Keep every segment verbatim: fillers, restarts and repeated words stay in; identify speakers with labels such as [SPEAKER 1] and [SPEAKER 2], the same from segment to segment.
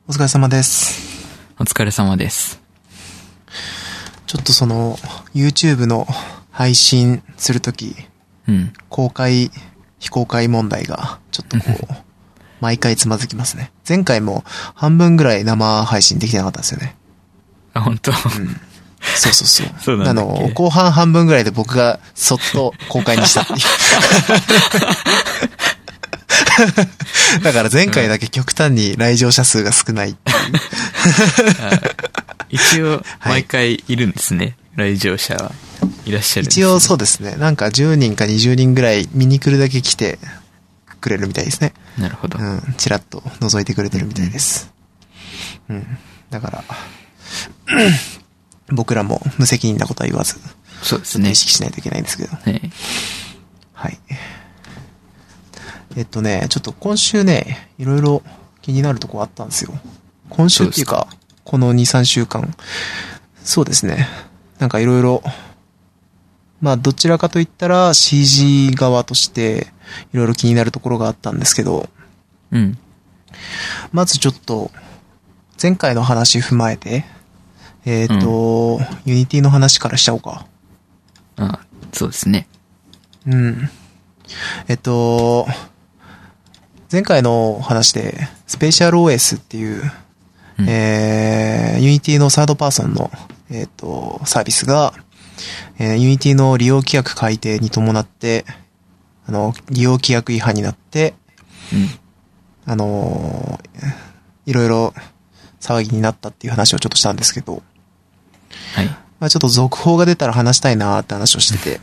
[SPEAKER 1] お疲れ様です。
[SPEAKER 2] お疲れ様です。
[SPEAKER 1] ちょっとその YouTube の配信するとき、
[SPEAKER 2] うん、
[SPEAKER 1] 公開非公開問題がちょっとこう毎回つまずきますね。前回も半分ぐらい生配信できてなかったんですよね。
[SPEAKER 2] あ、本当。うん、
[SPEAKER 1] そうそうそう。
[SPEAKER 2] そうなんだっけ。
[SPEAKER 1] あの後半半分ぐらいで僕がそっと公開にしたっていう。だから前回だけ極端に来場者数が少ないっていう。
[SPEAKER 2] 一応毎回いるんですね、はい、来場者はいらっしゃるんですね。
[SPEAKER 1] 一応そうですね。なんかじゅうにんかにじゅうにんぐらい見に来るだけ来てくれるみたいですね。
[SPEAKER 2] なるほど。
[SPEAKER 1] うん。ちらっと覗いてくれてるみたいです。うん。うん、だから僕らも無責任なことは言わず、
[SPEAKER 2] そうですね。
[SPEAKER 1] 意識しないといけないんですけど。
[SPEAKER 2] はい。
[SPEAKER 1] はい。えっとね、ちょっと今週ね、いろいろ気になるとこあったんですよ。今週っていうか、このに、さんしゅうかん。そうですね。なんかいろいろ、まあどちらかといったら シージー 側としていろいろ気になるところがあったんですけど、
[SPEAKER 2] うん。
[SPEAKER 1] まずちょっと、前回の話踏まえて、えっと、うん、ユニティの話からしちゃおうか。
[SPEAKER 2] あ、そうですね。
[SPEAKER 1] うん。えっと、前回の話で、スペシャル オーエス っていう、うん、えー、Unity のサードパーソンの、えっと、サービスが、えー、Unity の利用規約改定に伴って、あの、利用規約違反になって、
[SPEAKER 2] うん、
[SPEAKER 1] あの、いろいろ騒ぎになったっていう話をちょっとしたんですけど、
[SPEAKER 2] はい。
[SPEAKER 1] まあちょっと続報が出たら話したいなーって話をしてて、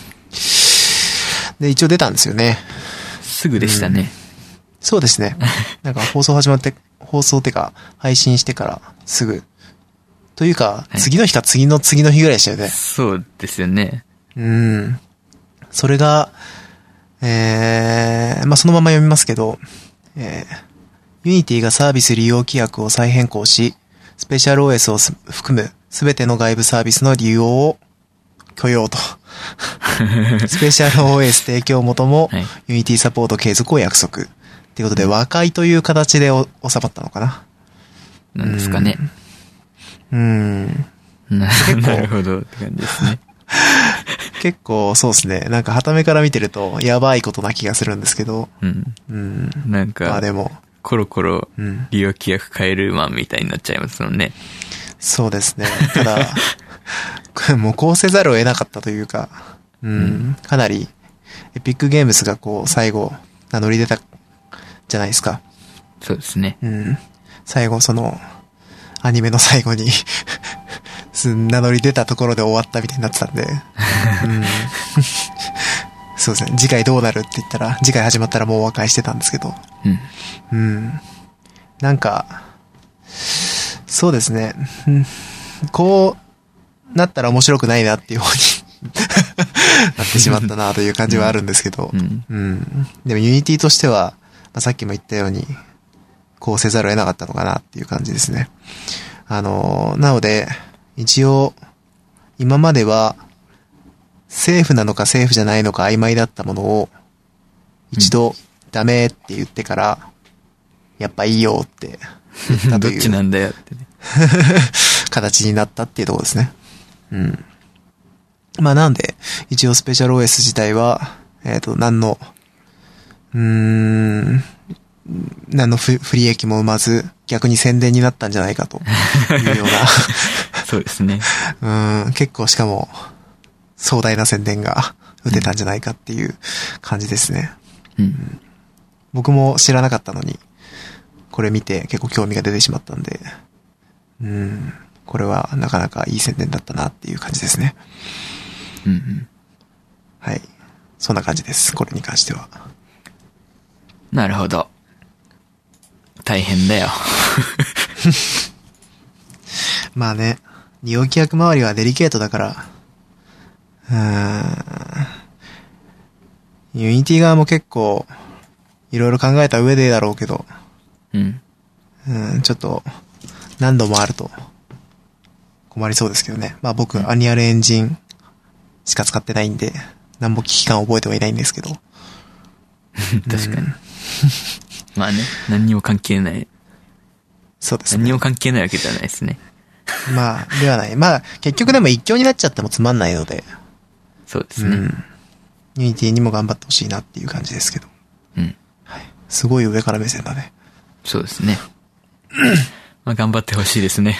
[SPEAKER 1] で、一応出たんですよね。
[SPEAKER 2] すぐでしたね。
[SPEAKER 1] うんそうですね。なんか放送始まって、放送ってか配信してからすぐ。というか、はい、次の日か次の次の日ぐらいでしたよね。
[SPEAKER 2] そうですよね。
[SPEAKER 1] うん。それが、えー、まあ、そのまま読みますけど、えー、Unity がサービス利用規約を再変更し、スペシャル オーエス を含むすべての外部サービスの利用を許容と。スペシャル オーエス 提供元も、はい、Unity サポート継続を約束。っていうことで、和解という形でお収まったのかな。
[SPEAKER 2] なんですかね。
[SPEAKER 1] うーん。
[SPEAKER 2] な, なるほどって感じですね。
[SPEAKER 1] 結構そうですね。なんか傍目から見てるとやばいことな気がするんですけど。
[SPEAKER 2] うん。
[SPEAKER 1] うん。
[SPEAKER 2] なんか、
[SPEAKER 1] まあでも、
[SPEAKER 2] コロコロ利用規約変えるマンみたいになっちゃいますもんね。
[SPEAKER 1] そうですね。ただ、もうこうせざるを得なかったというか、うん。うん、かなり、エピックゲームスがこう最後名乗り出たじゃないですか。
[SPEAKER 2] そうですね。
[SPEAKER 1] うん。最後その、アニメの最後に名乗り出たところで終わったみたいになってたんで。うん、そうですね。次回どうなるって言ったら、次回始まったらもう和解してたんですけど。
[SPEAKER 2] うん。
[SPEAKER 1] うん。なんか、そうですね。こうなったら面白くないなっていう方になってしまったなという感じはあるんですけど。
[SPEAKER 2] うん。
[SPEAKER 1] うん。でもユニティとしては、まあ、さっきも言ったように、こうせざるを得なかったのかなっていう感じですね。あの、なので、一応、今までは、セーフなのかセーフじゃないのか曖昧だったものを、一度、ダメって言ってから、やっぱいいよって言ったという。
[SPEAKER 2] どっちなんだよってね。
[SPEAKER 1] 形になったっていうところですね。うん。まあなんで、一応スペシャル オーエス 自体は、えっと、何の、うーん、何の不利益も生まず、逆に宣伝になったんじゃないかというような。
[SPEAKER 2] そうですね。
[SPEAKER 1] うん、結構しかも、壮大な宣伝が打てたんじゃないかっていう感じですね。
[SPEAKER 2] うんうん、
[SPEAKER 1] 僕も知らなかったのに、これ見て結構興味が出てしまったんで、うん、これはなかなかいい宣伝だったなっていう感じですね。
[SPEAKER 2] うんうん、
[SPEAKER 1] はい。そんな感じです。これに関しては。
[SPEAKER 2] なるほど。大変だよ。
[SPEAKER 1] まあね、利用規約周りはデリケートだから、うーん、ユニティ側も結構、いろいろ考えた上でだろうけど、
[SPEAKER 2] うん。
[SPEAKER 1] うん、ちょっと、何度もあると、困りそうですけどね。まあ僕、
[SPEAKER 2] うん、
[SPEAKER 1] アニュアルエンジンしか使ってないんで、何も危機感を覚えてはいないんですけど。
[SPEAKER 2] 確かに。うん、まあね、何にも関係ない。
[SPEAKER 1] そうですね。
[SPEAKER 2] 何も関係ないわけじゃないですね。
[SPEAKER 1] まあ、ではない。まあ、結局でも一強になっちゃってもつまんないので。
[SPEAKER 2] そうですね。うん。
[SPEAKER 1] ユニティにも頑張ってほしいなっていう感じですけど。
[SPEAKER 2] うん。
[SPEAKER 1] はい。すごい上から目線だね。
[SPEAKER 2] そうですね。まあ、頑張ってほしいですね。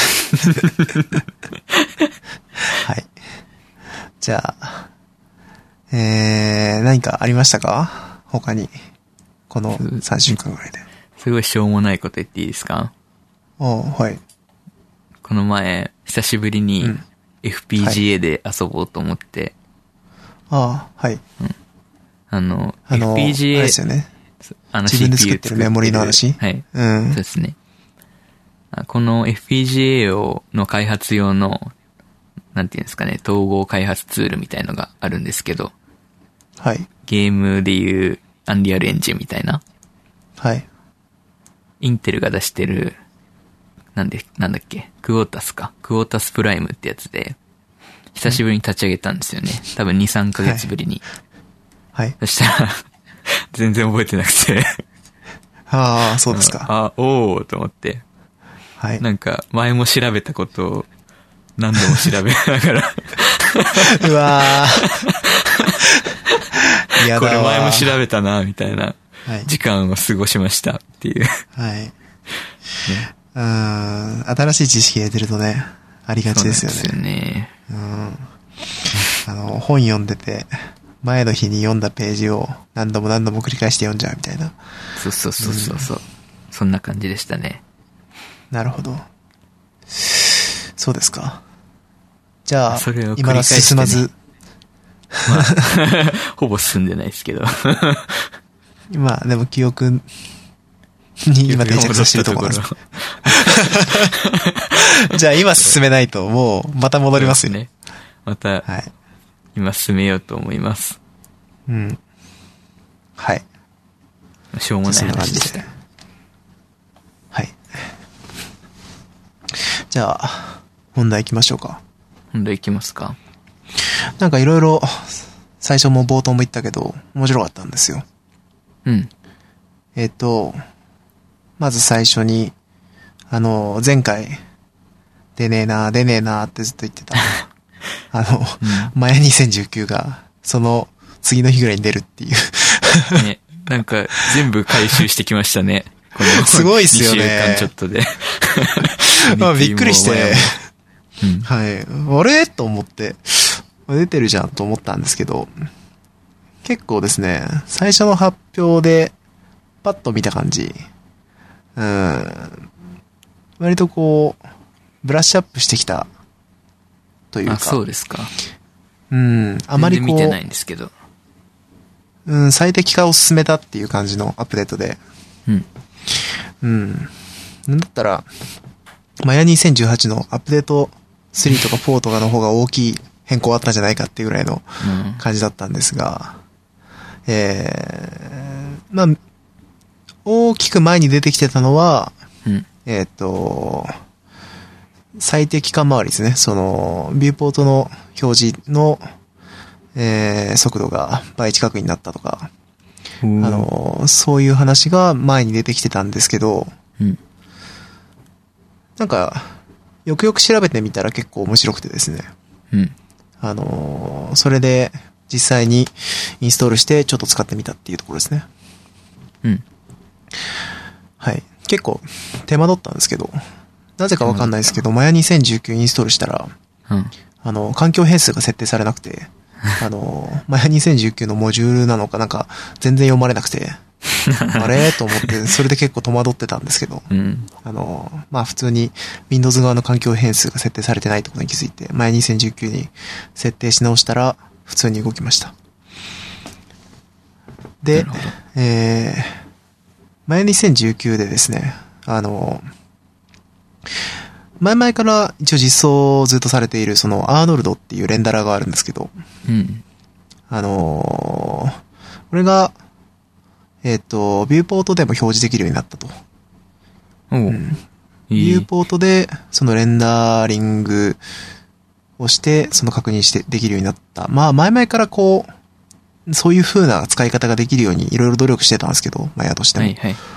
[SPEAKER 1] はい。じゃあ、えー、何かありましたか？他に。このさんしゅうかんぐらいで。
[SPEAKER 2] すごいしょうもないこと言っていいですか？
[SPEAKER 1] ああ、はい。
[SPEAKER 2] この前、久しぶりに エフピージーエー で遊ぼうと思って。
[SPEAKER 1] うん、ああ、はい。
[SPEAKER 2] うん。あの、
[SPEAKER 1] あの
[SPEAKER 2] エフピージーエー、
[SPEAKER 1] あれですよね。
[SPEAKER 2] あの
[SPEAKER 1] 自分で作ってるメモリの話。
[SPEAKER 2] はい。
[SPEAKER 1] うん。
[SPEAKER 2] そうですね。この エフピージーエー を、の開発用の、なんていうんですかね、統合開発ツールみたいのがあるんですけど。
[SPEAKER 1] はい。
[SPEAKER 2] ゲームでいうアンリアルエンジンみたいな。
[SPEAKER 1] はい。
[SPEAKER 2] インテルが出してる、なんで、なんだっけ、クオータスか。クオータスプライムってやつで、久しぶりに立ち上げたんですよね。多分に、さんかげつぶりに。
[SPEAKER 1] はい。はい、
[SPEAKER 2] そしたら、全然覚えてなくて。
[SPEAKER 1] ああ、そうですか。
[SPEAKER 2] あ、おーと思って。
[SPEAKER 1] はい。
[SPEAKER 2] なんか、前も調べたことを何度も調べながら。
[SPEAKER 1] うわー。やだわ。
[SPEAKER 2] これ前も調べたな、みたいな時間を過ごしましたっていう。
[SPEAKER 1] はい。ね、うん、新しい知識が出るとね、ありがちですよね。
[SPEAKER 2] そうですよね。
[SPEAKER 1] うん。あの、本読んでて、前の日に読んだページを何度も何度も繰り返して読んじゃうみたいな。
[SPEAKER 2] そうそうそうそうそう、うん。そんな感じでしたね。
[SPEAKER 1] なるほど。そうですか。じゃあ、
[SPEAKER 2] それを
[SPEAKER 1] 今だ進まず。
[SPEAKER 2] まあ、ほぼ進んでないですけど。
[SPEAKER 1] まあ、でも記憶に今定着させてるところです。じゃあ今進めないともうまた戻りますよね。
[SPEAKER 2] また、はい、今進めようと思います。
[SPEAKER 1] うん。はい。
[SPEAKER 2] しょうもない話でした。
[SPEAKER 1] はい。じゃあ、本題行きましょうか。
[SPEAKER 2] 本題行きますか。
[SPEAKER 1] なんかいろいろ、最初も冒頭も言ったけど、面白かったんですよ。
[SPEAKER 2] うん。
[SPEAKER 1] えっと、まず最初に、あの、前回、出ねえな、出ねえなってずっと言ってた。あの、うん、マヤにせんじゅうきゅうが、その次の日ぐらいに出るっていう。
[SPEAKER 2] ね、なんか全部回収してきましたね。
[SPEAKER 1] このすごいっすよね。
[SPEAKER 2] にしゅうかんちょっとで。
[SPEAKER 1] まあびっくりして、
[SPEAKER 2] うん、
[SPEAKER 1] はい。あれと思って、出てるじゃんと思ったんですけど、結構ですね、最初の発表で、パッと見た感じ、うん、割とこう、ブラッシュアップしてきた、というか。
[SPEAKER 2] あ、そうですか。
[SPEAKER 1] うん、あまりこう、
[SPEAKER 2] 全然見てないんですけど。
[SPEAKER 1] うん、最適化を進めたっていう感じのアップデートで。
[SPEAKER 2] うん。
[SPEAKER 1] うん。なんだったら、マヤにせんじゅうはちのアップデートスリーとかフォーとかの方が大きい変更あったんじゃないかっていうぐらいの感じだったんですが、うん、えー、まあ、大きく前に出てきてたのは、
[SPEAKER 2] うん、
[SPEAKER 1] えっと、最適化周りですね。その、ビューポートの表示の、えー、速度が倍近くになったとか、あの、そういう話が前に出てきてたんですけど、
[SPEAKER 2] うん、
[SPEAKER 1] なんか、よくよく調べてみたら結構面白くてですね。
[SPEAKER 2] うん、
[SPEAKER 1] あの、それで実際にインストールしてちょっと使ってみたっていうところですね。
[SPEAKER 2] うん。
[SPEAKER 1] はい。結構手間取ったんですけど、なぜかわかんないですけど、マヤにせんじゅうきゅうインストールしたら、
[SPEAKER 2] うん、
[SPEAKER 1] あの、環境変数が設定されなくて、あの、マヤにせんじゅうきゅうのモジュールなのかなんか全然読まれなくて、あれと思って、それで結構戸惑ってたんですけど、
[SPEAKER 2] うん、
[SPEAKER 1] あの、まあ普通に Windows 側の環境変数が設定されてないってことに気づいて、マヤにせんじゅうきゅうに設定し直したら普通に動きました。で、えー、マヤにせんじゅうきゅうでですね、あの、前々から一応実装ずっとされているそのアーノルドっていうレンダラーがあるんですけど、
[SPEAKER 2] うん、
[SPEAKER 1] あのー、これが、えっと、ビューポートでも表示できるようになったと。
[SPEAKER 2] うん、
[SPEAKER 1] ビューポートでそのレンダリングをしてその確認してできるようになった。まあ前々からこう、そういう風な使い方ができるようにいろいろ努力してたんですけど、マヤとしても。
[SPEAKER 2] はいはい、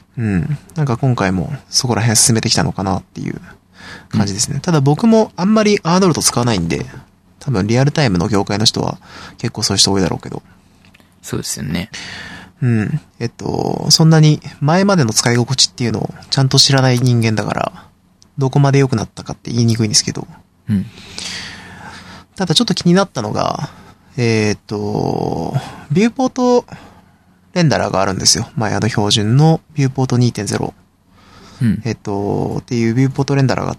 [SPEAKER 1] うん。なんか今回もそこら辺進めてきたのかなっていう感じですね。うん、ただ僕もあんまりアーノルド使わないんで、多分リアルタイムの業界の人は結構そういう人多いだろうけど。
[SPEAKER 2] そうですよね。
[SPEAKER 1] うん。えっと、そんなに前までの使い心地っていうのをちゃんと知らない人間だから、どこまで良くなったかって言いにくいんですけど。
[SPEAKER 2] うん。
[SPEAKER 1] ただちょっと気になったのが、えっと、ビューポートレンダラーがあるんですよ。前あの標準のビューポート にてんゼロ。
[SPEAKER 2] うん。
[SPEAKER 1] えっと、っていうビューポートレンダラーがあって、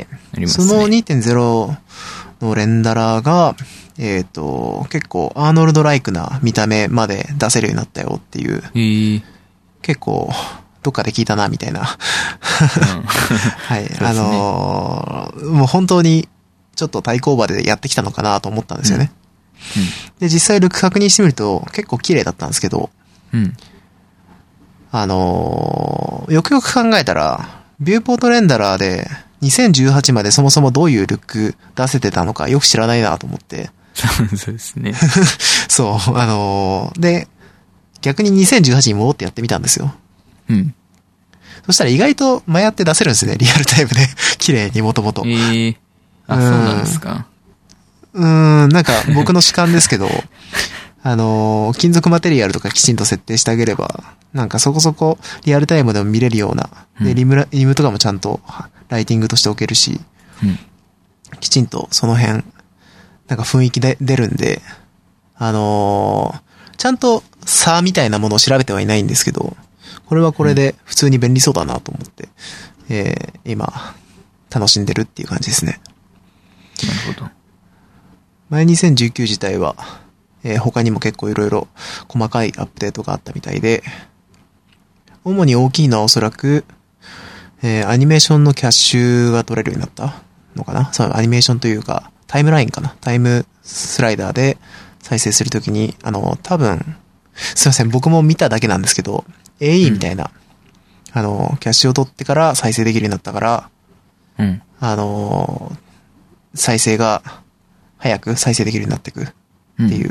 [SPEAKER 2] ありますね。
[SPEAKER 1] その にてんゼロ のレンダラーが、えっと、結構アーノルドライクな見た目まで出せるようになったよっていう。
[SPEAKER 2] へー。
[SPEAKER 1] 結構、どっかで聞いたな、みたいな。うん、はい。ね、あのー、もう本当に、ちょっと対抗馬でやってきたのかなと思ったんですよね。うんうん、で、実際ルック確認してみると、結構綺麗だったんですけど、
[SPEAKER 2] うん、
[SPEAKER 1] あのー、よくよく考えたら、ビューポートレンダラーで、にせんじゅうはちまでそもそもどういうルック出せてたのかよく知らないなと思って。
[SPEAKER 2] そうですね。
[SPEAKER 1] そう、あのー、で、逆ににせんじゅうはちに戻ってやってみたんですよ。
[SPEAKER 2] うん。
[SPEAKER 1] そしたら意外と前やって出せるんですね、リアルタイムで。綺麗にもともと。
[SPEAKER 2] えー。あ、そうなんですか。
[SPEAKER 1] うーん、なんか僕の主観ですけど、あのー、金属マテリアルとかきちんと設定してあげれば、なんかそこそこリアルタイムでも見れるような、で、
[SPEAKER 2] うん、
[SPEAKER 1] リムラ、リムとかもちゃんとライティングとしておけるし、
[SPEAKER 2] うん、
[SPEAKER 1] きちんとその辺、なんか雰囲気で出るんで、あのー、ちゃんと差みたいなものを調べてはいないんですけど、これはこれで普通に便利そうだなと思って、うん、えー、今、楽しんでるっていう感じですね。
[SPEAKER 2] なるほど。
[SPEAKER 1] 前にせんじゅうきゅう自体は、えー、他にも結構いろいろ細かいアップデートがあったみたいで、主に大きいのはおそらく、えー、アニメーションのキャッシュが取れるようになったのかな。そう、アニメーションというか、タイムラインかな。タイムスライダーで再生するときに、あの、多分、すいません、僕も見ただけなんですけど、エーイー みたいな、うん、あの、キャッシュを取ってから再生できるようになったから、
[SPEAKER 2] うん、
[SPEAKER 1] あの、再生が早く再生できるようになっていくっていう、うん、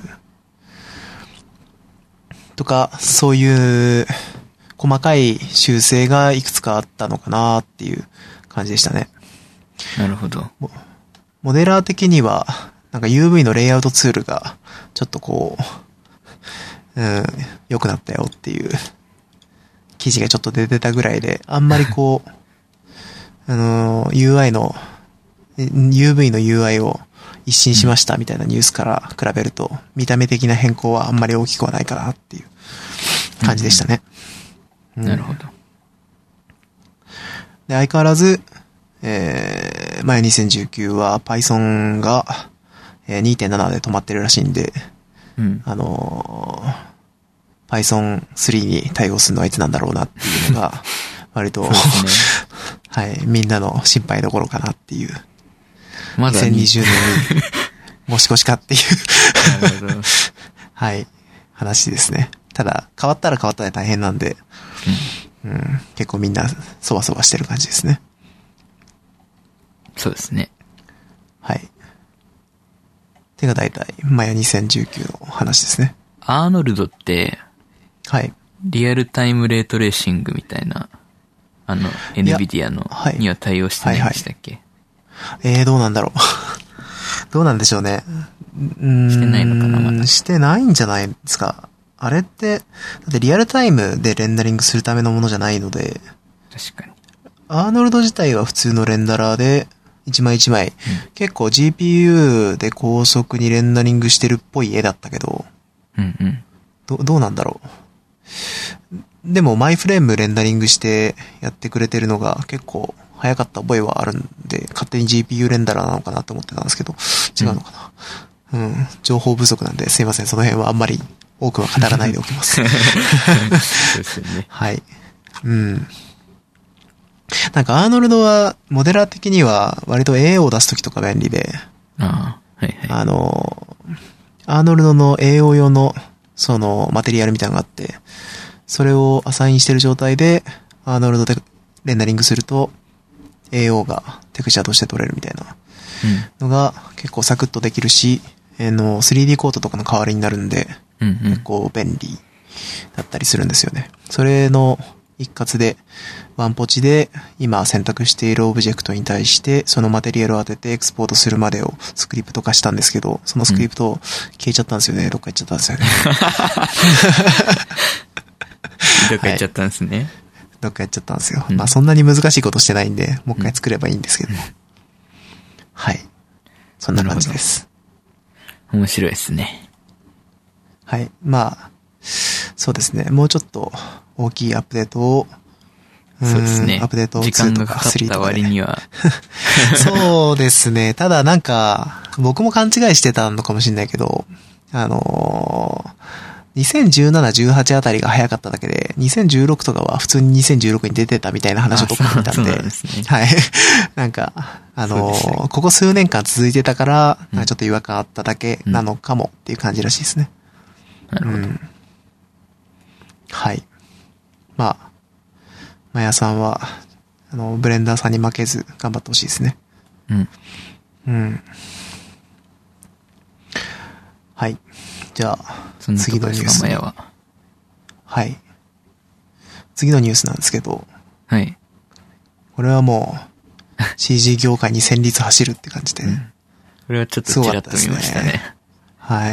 [SPEAKER 1] とか、そういう細かい修正がいくつかあったのかなっていう感じでしたね。
[SPEAKER 2] なるほど。
[SPEAKER 1] モデラー的には、なんか ユーブイ のレイアウトツールが、ちょっとこう、うん、良くなったよっていう記事がちょっと出てたぐらいで、あんまりこう、あの、ユーアイ の、ユーブイ の ユーアイ を一新しましたみたいなニュースから比べると、見た目的な変更はあんまり大きくはないかなっていう感じでしたね。
[SPEAKER 2] うんうん、なるほど。
[SPEAKER 1] で、相変わらず、えー、前にせんじゅうきゅうは Python が、えー、にてんなな で止まってるらしいんで、
[SPEAKER 2] うん、
[SPEAKER 1] あのー、パイソンスリー に対応するのはいつなんだろうなっていうのが、割と、ね、はい、みんなの心配どころかなっていう。
[SPEAKER 2] まだ
[SPEAKER 1] にせんにじゅうねんに、もし越しかっていう
[SPEAKER 2] なるほど。
[SPEAKER 1] はい、話ですね。ただ、変わったら変わったで大変なんで、うんうん、結構みんな、そわそわしてる感じですね。
[SPEAKER 2] そうですね。
[SPEAKER 1] はい。てが大体、マヤにせんじゅうきゅうの話ですね。
[SPEAKER 2] アーノルドって、
[SPEAKER 1] はい。
[SPEAKER 2] リアルタイムレートレーシングみたいな、あの、エヌビディア の、はい、には対応してないんでしたっけ？
[SPEAKER 1] はいはい、えー、どうなんだろう。どうなんでしょうね。
[SPEAKER 2] うーんしてないのかな、まだ。
[SPEAKER 1] してないんじゃないですか。あれって、だってリアルタイムでレンダリングするためのものじゃないので。
[SPEAKER 2] 確かに。
[SPEAKER 1] アーノルド自体は普通のレンダラーで、一枚一枚、うん、結構 ジーピーユー で高速にレンダリングしてるっぽい絵だったけど、
[SPEAKER 2] うんうん、
[SPEAKER 1] ど, どうなんだろう。でもマイフレームレンダリングしてやってくれてるのが結構早かった覚えはあるんで、勝手に ジーピーユー レンダラーなのかなと思ってたんですけど、違うのかな。うん、うん、情報不足なんですいません、その辺はあんまり多くは語らないでおきます。そう
[SPEAKER 2] ですよね。
[SPEAKER 1] はい。うん。なんかアーノルドはモデラー的には割と エーオー を出すときとか便利で、
[SPEAKER 2] ああ、はいはい。
[SPEAKER 1] あの、アーノルドの エーオー 用のそのマテリアルみたいなのがあって、それをアサインしてる状態でアーノルドでレンダリングすると エーオー がテクスチャーとして取れるみたいなのが結構サクッとできるし、あの スリーディー コードとかの代わりになるんで、
[SPEAKER 2] うんうん、
[SPEAKER 1] 結構便利だったりするんですよね。それの一括で、ワンポチで今選択しているオブジェクトに対してそのマテリアルを当ててエクスポートするまでをスクリプト化したんですけど、そのスクリプト消えちゃったんですよね。どっか行っちゃったんですよね。
[SPEAKER 2] どっか行っちゃったんですね。はい、
[SPEAKER 1] どっかやっちゃったんですよ。
[SPEAKER 2] うん、
[SPEAKER 1] まあそんなに難しいことしてないんで、もう一回作ればいいんですけども。うん、はい。そんな感じです。
[SPEAKER 2] 面白いですね。
[SPEAKER 1] はい。まあ、そうですね。もうちょっと大きいアップデートを、
[SPEAKER 2] そうですね。
[SPEAKER 1] アップデート
[SPEAKER 2] 時間がかかった割には。
[SPEAKER 1] そうですね。ただなんか、僕も勘違いしてたのかもしれないけど、あのー、にせんじゅうなな、じゅうはちあたりが早かっただけで、にせんじゅうろくとかは普通ににせんじゅうろくに出てたみたいな話をどっかで見たんで、
[SPEAKER 2] そうですね、
[SPEAKER 1] はい。なんか、あのーね、ここ数年間続いてたから、ちょっと違和感あっただけなのかもっていう感じらしいですね。
[SPEAKER 2] うん、なるほど、うん。
[SPEAKER 1] はい。まあ、マヤさんは、あの、ブレンダーさんに負けず頑張ってほしいですね。
[SPEAKER 2] うん。
[SPEAKER 1] うん。はい。じゃあ、次のニュース。
[SPEAKER 2] マヤは。
[SPEAKER 1] はい。次のニュースなんですけど。
[SPEAKER 2] はい。
[SPEAKER 1] これはもう、シージー 業界に戦慄走るって感じで。うん、
[SPEAKER 2] これはちょっとちらっと見ましたね。
[SPEAKER 1] はい。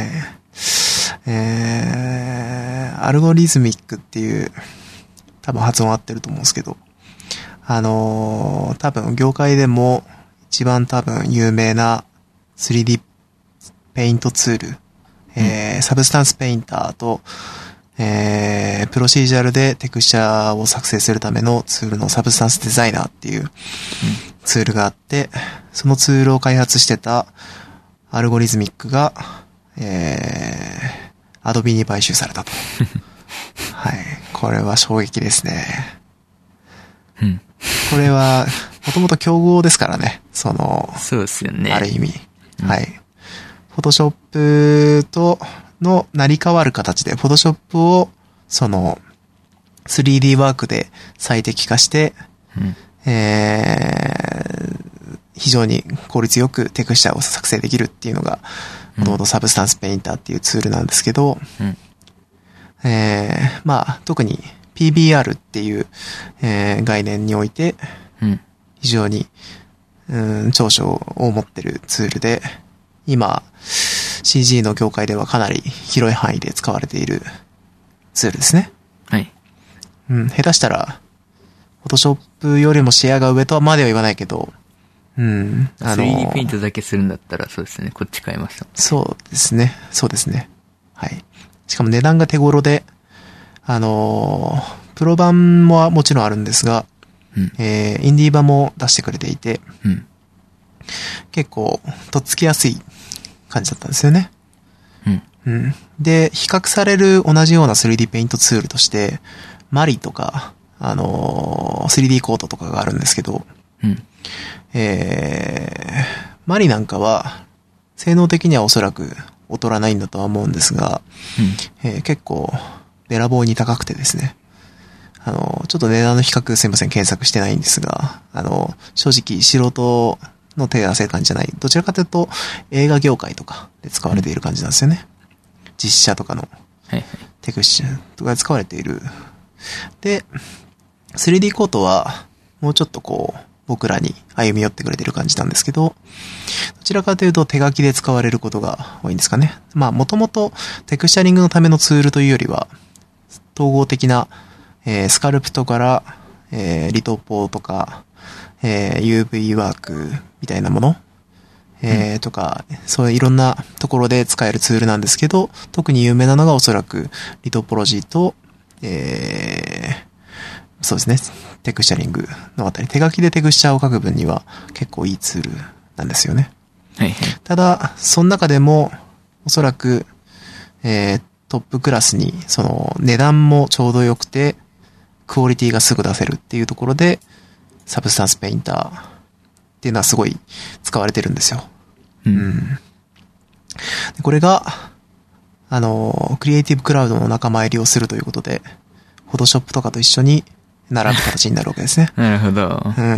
[SPEAKER 1] えー、アルゴリズミックっていう、多分発音合ってると思うんですけど、あのー、多分業界でも一番多分有名な スリーディー ペイントツール、うん、えー、サブスタンスペインターと、えー、プロシージャルでテクスチャーを作成するためのツールのサブスタンスデザイナーっていうツールがあって、そのツールを開発してたアルゴリズミックが、えー、アドビに買収されたと。はい。これは衝撃ですね。
[SPEAKER 2] うん。
[SPEAKER 1] これは、もともと競合ですからね。その、
[SPEAKER 2] そうですよね。
[SPEAKER 1] ある意味。うん、はい。フォトショップとの成り代わる形で、フォトショップを、その、スリーディー ワークで最適化して、
[SPEAKER 2] うん、
[SPEAKER 1] えー、非常に効率よくテクスチャーを作成できるっていうのが、もともとサブスタンスペインターっていうツールなんですけど、
[SPEAKER 2] うん
[SPEAKER 1] えー、まあ、特に ピービーアール っていう、えー、概念において、非常に、うん、長所を持ってるツールで、今、シージー の業界ではかなり広い範囲で使われているツールですね。
[SPEAKER 2] はい。
[SPEAKER 1] うん、下手したら、Photoshop よりもシェアが上とはまでは言わないけど、うん、
[SPEAKER 2] あのー、スリーディー ペイントだけするんだったらそうですね、こっち買いました、ね。
[SPEAKER 1] そうですね、そうですね。はい。しかも値段が手頃で、あのー、プロ版ももちろんあるんですが、
[SPEAKER 2] うん、
[SPEAKER 1] えー、インディー版も出してくれていて、
[SPEAKER 2] うん、
[SPEAKER 1] 結構、とっつきやすい感じだったんですよね。
[SPEAKER 2] うん
[SPEAKER 1] うん、で、比較される同じような スリーディー ペイントツールとして、マリとか、あのー、スリーディー コードとかがあるんですけど、
[SPEAKER 2] うん、
[SPEAKER 1] えー、マリなんかは、性能的にはおそらく劣らないんだとは思うんですが、
[SPEAKER 2] うん
[SPEAKER 1] えー、結構、べらぼうに高くてですね。あの、ちょっと値段の比較すいません、検索してないんですが、あの、正直素人の手が汗感じじゃない。どちらかというと、映画業界とかで使われている感じなんですよね。うん、実写とかのテクスチャとかで使われている。で、スリーディー コードは、もうちょっとこう、僕らに歩み寄ってくれてる感じなんですけど、どちらかというと手書きで使われることが多いんですかね。まあ、もともとテクスチャリングのためのツールというよりは、統合的な、えー、スカルプトから、えー、リトポとか、えー、ユーブイ ワークみたいなもの、えー、とか、そういういろんなところで使えるツールなんですけど、特に有名なのがおそらくリトポロジーと、えー、そうですね、テクスチャリングのあたり、手書きでテクスチャーを書く分には結構いいツールなんですよね。
[SPEAKER 2] はいはい。
[SPEAKER 1] ただ、その中でも、おそらく、えー、トップクラスに、その、値段もちょうど良くて、クオリティがすぐ出せるっていうところで、サブスタンスペインターっていうのはすごい使われてるんですよ。
[SPEAKER 2] うん。
[SPEAKER 1] うん、でこれが、あの、クリエイティブクラウドの仲間入りをするということで、フォトショップとかと一緒に並ぶ形になるわけですね。
[SPEAKER 2] なるほど。
[SPEAKER 1] うん。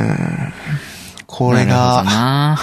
[SPEAKER 1] これが、
[SPEAKER 2] な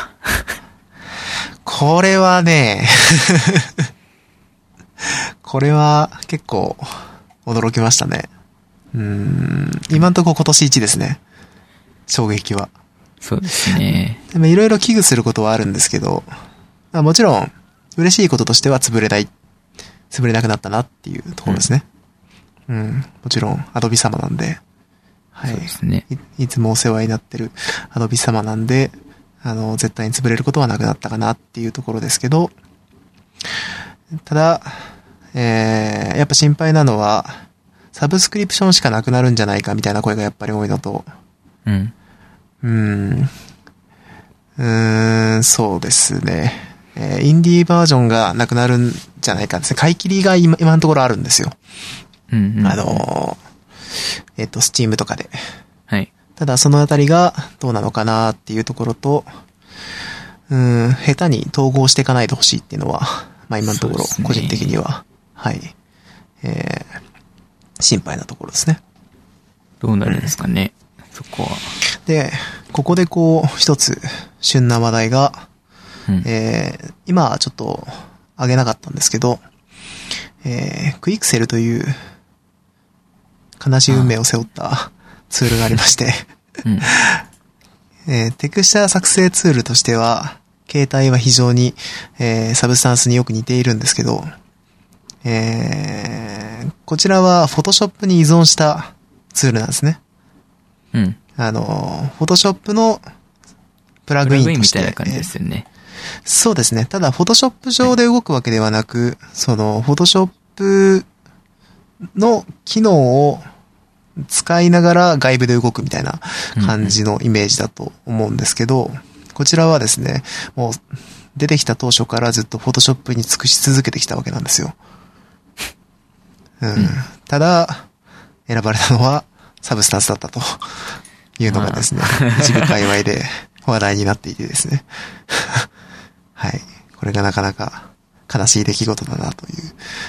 [SPEAKER 1] これはね、これは結構驚きましたね。 うーん、今んとこ今年一ですね。衝撃は。
[SPEAKER 2] そうですね。
[SPEAKER 1] でもいろいろ危惧することはあるんですけど、まあ、もちろん、嬉しいこととしては潰れない、潰れなくなったなっていうところですね。うん、うん、もちろん、アドビ様なんで、はい。
[SPEAKER 2] そうですね。
[SPEAKER 1] い、いつもお世話になってるアドビ様なんで、あの、絶対に潰れることはなくなったかなっていうところですけど、ただ、えー、やっぱ心配なのは、サブスクリプションしかなくなるんじゃないかみたいな声がやっぱり多いのと、
[SPEAKER 2] うん。
[SPEAKER 1] うーん、うーん、そうですね。えー、インディーバージョンがなくなるんじゃないかですね。買い切りが今、今のところあるんですよ。
[SPEAKER 2] うんうん。
[SPEAKER 1] あのー、えっと、スチームとかで。
[SPEAKER 2] はい。
[SPEAKER 1] ただそのあたりがどうなのかなっていうところと、うーん、下手に統合していかないでほしいっていうのは、まあ今のところ、個人的には、はい、えー、心配なところですね。
[SPEAKER 2] どうなるんですかね、うん、そこは。
[SPEAKER 1] で、ここでこう、一つ、旬な話題が、うん、えー、今ちょっと、挙げなかったんですけど、えー、クイクセルという、悲しい運命を背負ったツールがありまして、うん、えー、テクスチャ作成ツールとしては、携帯は非常に、えー、サブスタンスによく似ているんですけど、えー、こちらはフォトショップに依存したツールなんですね。
[SPEAKER 2] うん。
[SPEAKER 1] あの、フォトショップのプラグインとして。
[SPEAKER 2] プラグインみたいな感じですよね。
[SPEAKER 1] そうですね。ただ、フォトショップ上で動くわけではなく、はい、その、フォトショップの機能を使いながら外部で動くみたいな感じのイメージだと思うんですけど、うんうん、こちらはですね、もう出てきた当初からずっとフォトショップに尽くし続けてきたわけなんですよ。うん。うん、ただ、選ばれたのはサブスタンスだったというのがですね、一部界隈で話題になっていてですね。はい。これがなかなか悲しい出来事だなという。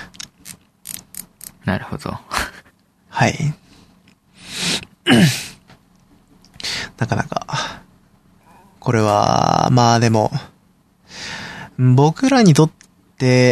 [SPEAKER 2] なるほど。
[SPEAKER 1] はい。なかなか、これは、まあでも、僕らにとって、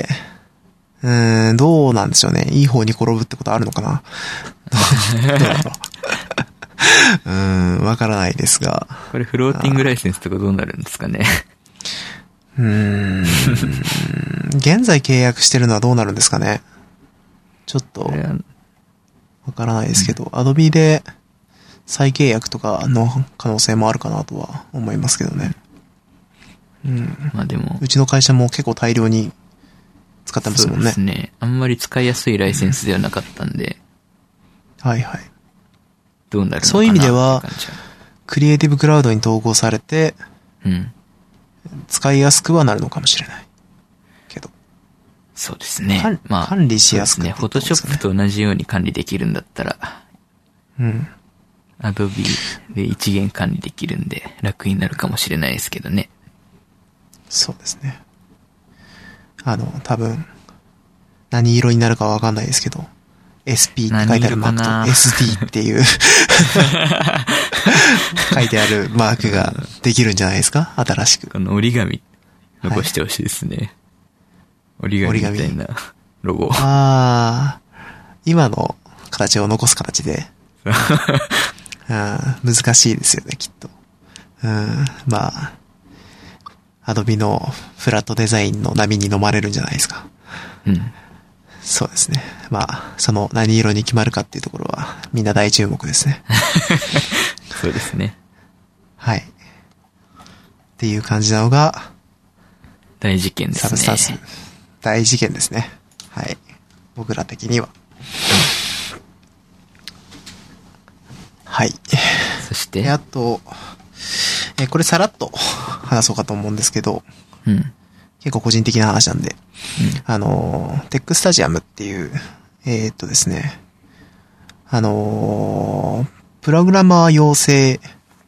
[SPEAKER 1] うーん、どうなんでしょうね。いい方に転ぶってことあるのかな。どうだろう。うーん、わからないですが。
[SPEAKER 2] これフローティングライセンスとかどうなるんですかね。
[SPEAKER 1] うーん、現在契約してるのはどうなるんですかね。ちょっと、わからないですけど、アドビで再契約とかの可能性もあるかなとは思いますけどね。うん。
[SPEAKER 2] まあでも。
[SPEAKER 1] うちの会社も結構大量に使ってますもんね。
[SPEAKER 2] そうですね。あんまり使いやすいライセンスではなかったんで。
[SPEAKER 1] うん、はいはい。
[SPEAKER 2] どうなるのかな。
[SPEAKER 1] そういう意味では、クリエイティブクラウドに統合されて、
[SPEAKER 2] うん。
[SPEAKER 1] 使いやすくはなるのかもしれない。けど。
[SPEAKER 2] そうですね。
[SPEAKER 1] まあ、管理しやすく
[SPEAKER 2] ね。フォトショップと同じように管理できるんだったら。
[SPEAKER 1] うん。
[SPEAKER 2] アドビで一元管理できるんで楽になるかもしれないですけどね。
[SPEAKER 1] そうですね。あの、多分、何色になるかわかんないですけど、エスピー って書いてあるマークと エスディー っていう書いてあるマークができるんじゃないですか、新しく。
[SPEAKER 2] この折り紙残してほしいですね。はい、折り紙みたいなロゴ。
[SPEAKER 1] ああ、今の形を残す形で。あ難しいですよね、きっと。うん、まあ、アドビのフラットデザインの波に飲まれるんじゃないですか。
[SPEAKER 2] うん。
[SPEAKER 1] そうですね。まあ、その何色に決まるかっていうところは、みんな大注目ですね。
[SPEAKER 2] そうですね。
[SPEAKER 1] はい。っていう感じなのが、
[SPEAKER 2] 大事件ですね。
[SPEAKER 1] サブスタンス。大事件ですね。はい。僕ら的には。はい。
[SPEAKER 2] そして
[SPEAKER 1] あと、えー、これさらっと話そうかと思うんですけど、
[SPEAKER 2] うん、
[SPEAKER 1] 結構個人的な話なんで、
[SPEAKER 2] うん、
[SPEAKER 1] あの、テックスタジアムっていう、えー、っとですね、あの、プログラマー養成、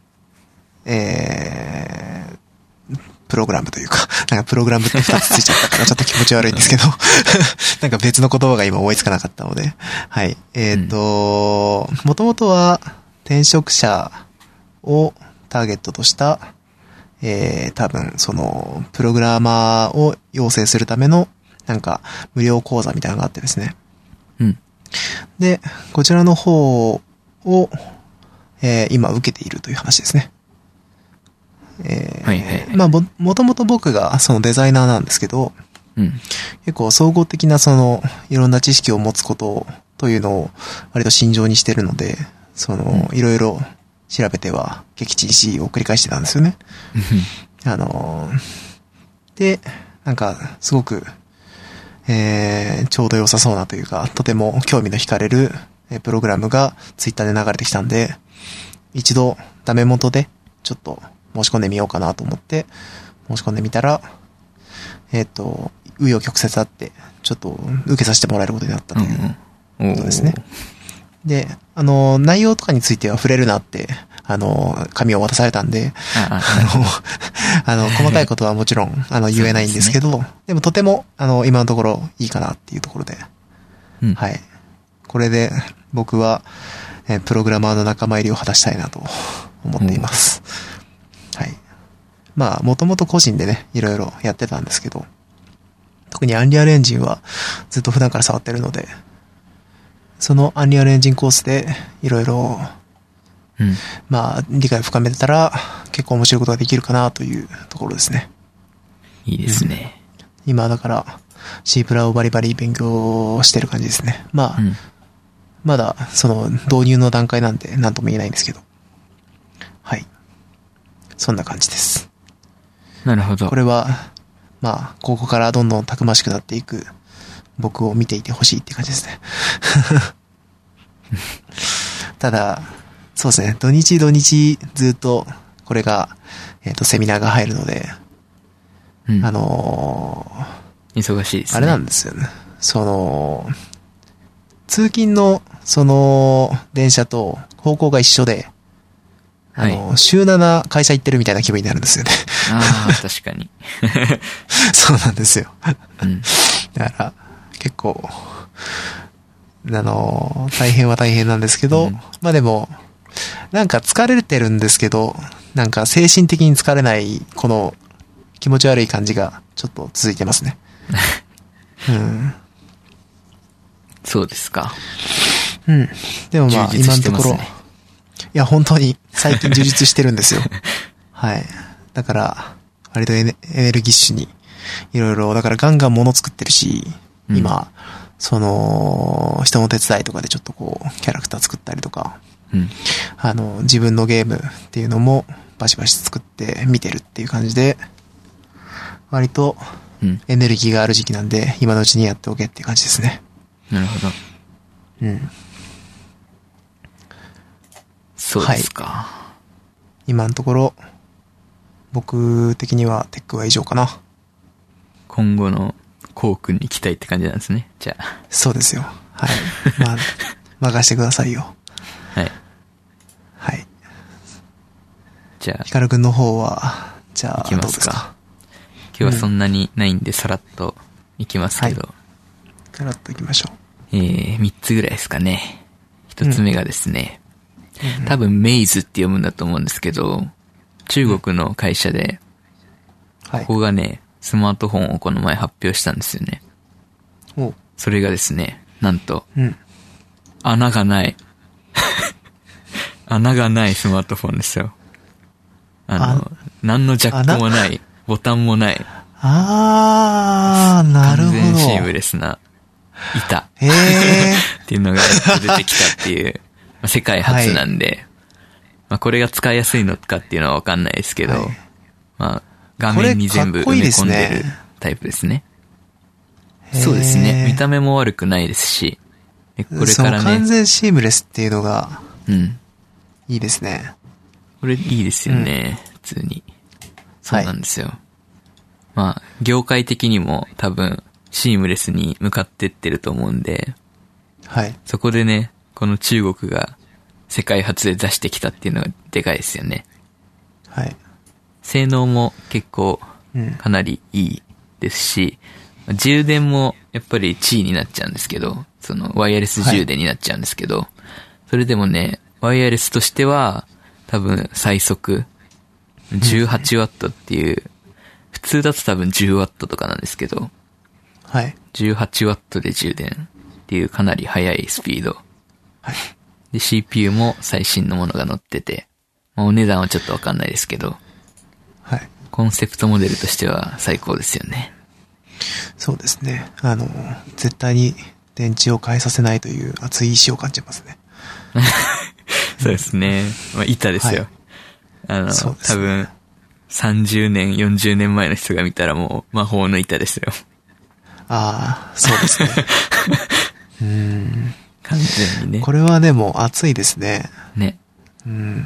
[SPEAKER 1] えー、プログラムというか、なんかプログラムって二つついちゃったからちょっと気持ち悪いんですけど、なんか別の言葉が今思いつかなかったので、はい。えー、っと、もともとは転職者をターゲットとした、えー、多分、その、プログラマーを養成するための、なんか、無料講座みたいなのがあってですね。
[SPEAKER 2] うん。
[SPEAKER 1] で、こちらの方を、えー、今受けているという話ですね。えー、
[SPEAKER 2] はいはいはい。
[SPEAKER 1] まあ、も、もともと僕がそのデザイナーなんですけど、
[SPEAKER 2] うん。
[SPEAKER 1] 結構総合的なその、いろんな知識を持つことというのを割と慎重にしてるので、その、いろいろ調べては撃沈しを繰り返してたんですよね。あのー、で、なんか、すごく、えー、ちょうど良さそうなというか、とても興味の惹かれるプログラムがツイッターで流れてきたんで、一度ダメ元でちょっと申し込んでみようかなと思って申し込んでみたら、えっと、紆余曲折あって、ちょっと受けさせてもらえることになったということですね。で、あの、内容とかについては触れるなって、あの、紙を渡されたんで、あの、あの、細かいことはもちろん、あの、言えないんですけど、でね、でもとても、あの、今のところいいかなっていうところで、うん、はい。これで僕は、え、プログラマーの仲間入りを果たしたいなと思っています。はい。まあ、もともと個人でね、いろいろやってたんですけど、特にアンリアルエンジンはずっと普段から触ってるので、そのアンリアルエンジンコースでいろいろ、まあ、理解を深めてたら結構面白いことができるかなというところですね。
[SPEAKER 2] いいですね。
[SPEAKER 1] うん、今だから C プラをバリバリ勉強してる感じですね。まあ、うん、まだその導入の段階なんで何とも言えないんですけど。はい。そんな感じです。
[SPEAKER 2] なるほど。
[SPEAKER 1] これは、まあ、ここからどんどんたくましくなっていく僕を見ていてほしいって感じですね。ただ、そうですね、土日土日ずっとこれが、えっと、セミナーが入るので、うん、あの
[SPEAKER 2] ー、忙しいですね。
[SPEAKER 1] あれなんですよね。その、通勤の、その、電車と方向が一緒で、あの、はい、週なな会社行ってるみたいな気分になるんですよね。
[SPEAKER 2] ああ、確かに。
[SPEAKER 1] そうなんですよ。
[SPEAKER 2] うん、
[SPEAKER 1] だから、結構、あの、大変は大変なんですけど、うん、まあでも、なんか疲れてるんですけど、なんか精神的に疲れない、この気持ち悪い感じがちょっと続いてますね。うん。
[SPEAKER 2] そうですか。
[SPEAKER 1] うん。でもまあ、今のところ、いや、本当に最近充実してるんですよ。はい。だから、割とエネ、エネルギッシュに、いろいろ、だからガンガン物作ってるし、うん、今、その、人の手伝いとかでちょっとこう、キャラクター作ったりとか、
[SPEAKER 2] うん、
[SPEAKER 1] あの、自分のゲームっていうのもバシバシ作って見てるっていう感じで、割とエネルギーがある時期なんで、今のうちにやっておけっていう感じですね。
[SPEAKER 2] なるほど。
[SPEAKER 1] うん。
[SPEAKER 2] そうですか。
[SPEAKER 1] はい、今のところ、僕的にはテックは以上かな。
[SPEAKER 2] 今後のコウ君に期待って感じなんですね。じゃあ。
[SPEAKER 1] そうですよ。はい。まあ、任してくださいよ。
[SPEAKER 2] はい。
[SPEAKER 1] はい。
[SPEAKER 2] じゃあ。
[SPEAKER 1] ヒカルくんの方は、じゃあ、
[SPEAKER 2] いきますか。
[SPEAKER 1] どうですか。
[SPEAKER 2] 今日はそんなにないんで、さらっといきますけど。はい、
[SPEAKER 1] さらっといきましょう。
[SPEAKER 2] えー、三つぐらいですかね。一つ目がですね、うん、多分メイズって読むんだと思うんですけど、中国の会社で、ここがね、スマートフォンをこの前発表したんですよね。
[SPEAKER 1] お
[SPEAKER 2] それがですね、なんと、
[SPEAKER 1] うん、
[SPEAKER 2] 穴がない。穴がないスマートフォンですよ。あの、あ何のジャックもない、ボタンもない。
[SPEAKER 1] あー、なるほど。
[SPEAKER 2] 完全シームレスな板。
[SPEAKER 1] へー。
[SPEAKER 2] っていうのが出てきたっていう、まあ、世界初なんで、はい、まあ、これが使いやすいのかっていうのはわかんないですけど、はい、まあ、画面に全部埋め込んでるタイプですね。そうですね。見た目も悪くないですし、これからね。
[SPEAKER 1] 完全シームレスっていうのが、
[SPEAKER 2] うん。
[SPEAKER 1] いいですね。
[SPEAKER 2] これいいですよね、うん、普通に。そうなんですよ。はい、まあ、業界的にも多分、シームレスに向かってってると思うんで、
[SPEAKER 1] はい。
[SPEAKER 2] そこでね、この中国が世界初で出してきたっていうのがでかいですよね。
[SPEAKER 1] はい。
[SPEAKER 2] 性能も結構かなりいいですし、うん、充電もやっぱり地位になっちゃうんですけど、そのワイヤレス充電になっちゃうんですけど、はい、それでもね、ワイヤレスとしては多分最速 じゅうはちワット っていう、うん、普通だと多分じゅうワットとかなんですけど、
[SPEAKER 1] はい。
[SPEAKER 2] じゅうはちワットで充電っっていうかなり速いスピード。
[SPEAKER 1] はい。
[SPEAKER 2] で、シーピーユー も最新のものが載ってて、まあ、お値段はちょっとわかんないですけど、
[SPEAKER 1] はい。
[SPEAKER 2] コンセプトモデルとしては最高ですよね。
[SPEAKER 1] そうですね。あの、絶対に電池を変えさせないという熱い意志を感じますね。
[SPEAKER 2] そうですね。まあ、板ですよ。はい、あの、
[SPEAKER 1] そうですね、
[SPEAKER 2] 多分、さんじゅうねん、よんじゅうねんまえの人が見たらもう魔法の板ですよ。
[SPEAKER 1] ああ、そうですね。うーん。
[SPEAKER 2] 完全にね。
[SPEAKER 1] これはでも熱いですね。
[SPEAKER 2] ね。
[SPEAKER 1] うん。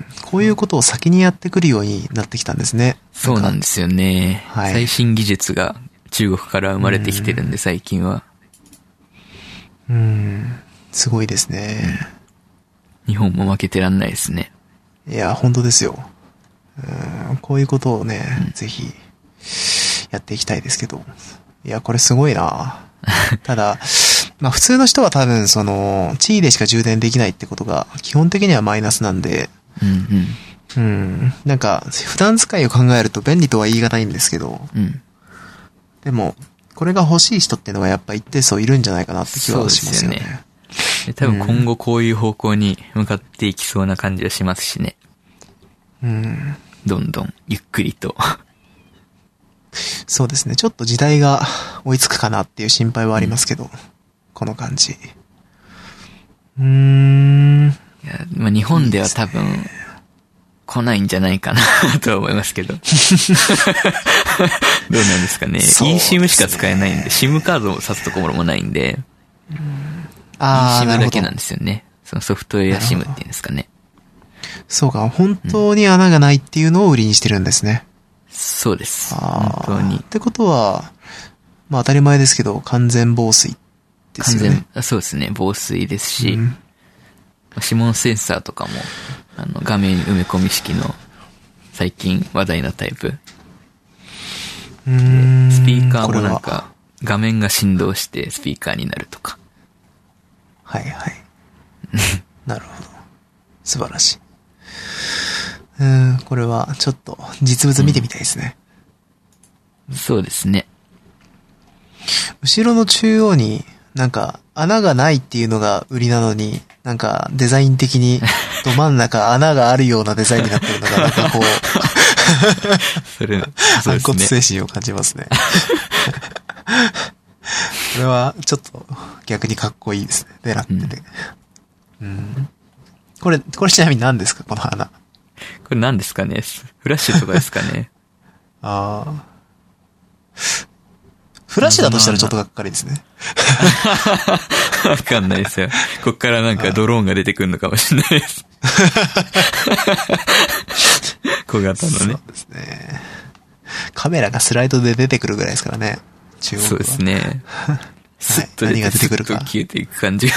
[SPEAKER 1] こういうことを先にやってくるようになってきたんですね。
[SPEAKER 2] そうなんですよね。はい、最新技術が中国から生まれてきてるんで、最近は。
[SPEAKER 1] うーん。すごいですね。
[SPEAKER 2] 日本も負けてらんないですね。
[SPEAKER 1] いや、本当ですよ。うん、こういうことをね、うん、ぜひ、やっていきたいですけど。いや、これすごいなただ、まあ普通の人は多分その、地位でしか充電できないってことが、基本的にはマイナスなんで、
[SPEAKER 2] うんうん。
[SPEAKER 1] うん。なんか、普段使いを考えると便利とは言い難いんですけど、
[SPEAKER 2] うん。
[SPEAKER 1] でも、これが欲しい人っていうのはやっぱ一定数いるんじゃないかなって気はしますよね。そうですよね。
[SPEAKER 2] 多分今後こういう方向に向かっていきそうな感じはしますしね。
[SPEAKER 1] うん。
[SPEAKER 2] どんどん、ゆっくりと。
[SPEAKER 1] そうですね。ちょっと時代が追いつくかなっていう心配はありますけど、うん、この感じ。うーん。
[SPEAKER 2] いや、まあ、日本では多分、いいね、来ないんじゃないかなとは思いますけど。どうなんですかね。eSIM しか使えないんで、SIM カードを挿すところもないんで、
[SPEAKER 1] うん、あー、
[SPEAKER 2] eSIM だけなんですよね。そのソフトウェア SIM っていうんですかね。
[SPEAKER 1] そうか、本当に穴がないっていうのを売りにしてるんですね。
[SPEAKER 2] うん、そうです。
[SPEAKER 1] 本
[SPEAKER 2] 当に。
[SPEAKER 1] ってことは、まあ当たり前ですけど、完全防水ですよね。
[SPEAKER 2] 完全、そうですね。防水ですし、うん、指紋センサーとかも、あの、画面埋め込み式の、最近話題のタイプ。
[SPEAKER 1] うーん。
[SPEAKER 2] スピーカーもなんか、画面が振動してスピーカーになるとか。
[SPEAKER 1] はいはい。なるほど。素晴らしい。うーん、これはちょっと実物見てみたいですね。
[SPEAKER 2] うん、そうですね。
[SPEAKER 1] 後ろの中央になんか穴がないっていうのが売りなのに、なんかデザイン的にど真ん中穴があるようなデザインになってるのがなんかこう
[SPEAKER 2] それ、
[SPEAKER 1] 反骨精神を感じますね。これはちょっと逆にかっこいいですね。狙ってて。うん。うん、これ、これちなみに何ですかこの穴。
[SPEAKER 2] これ何ですかねフラッシュとかですかね
[SPEAKER 1] ああ。フラッシュだとしたらちょっとがっかりですね。
[SPEAKER 2] わかんないですよ。こっからなんかドローンが出てくるのかもしれないです。小型のね。
[SPEAKER 1] そうですね。カメラがスライドで出てくるぐらいですからね。中国は。
[SPEAKER 2] そうですね。スッと出て、
[SPEAKER 1] はい、何が出てくるか。
[SPEAKER 2] 消えていく感じが。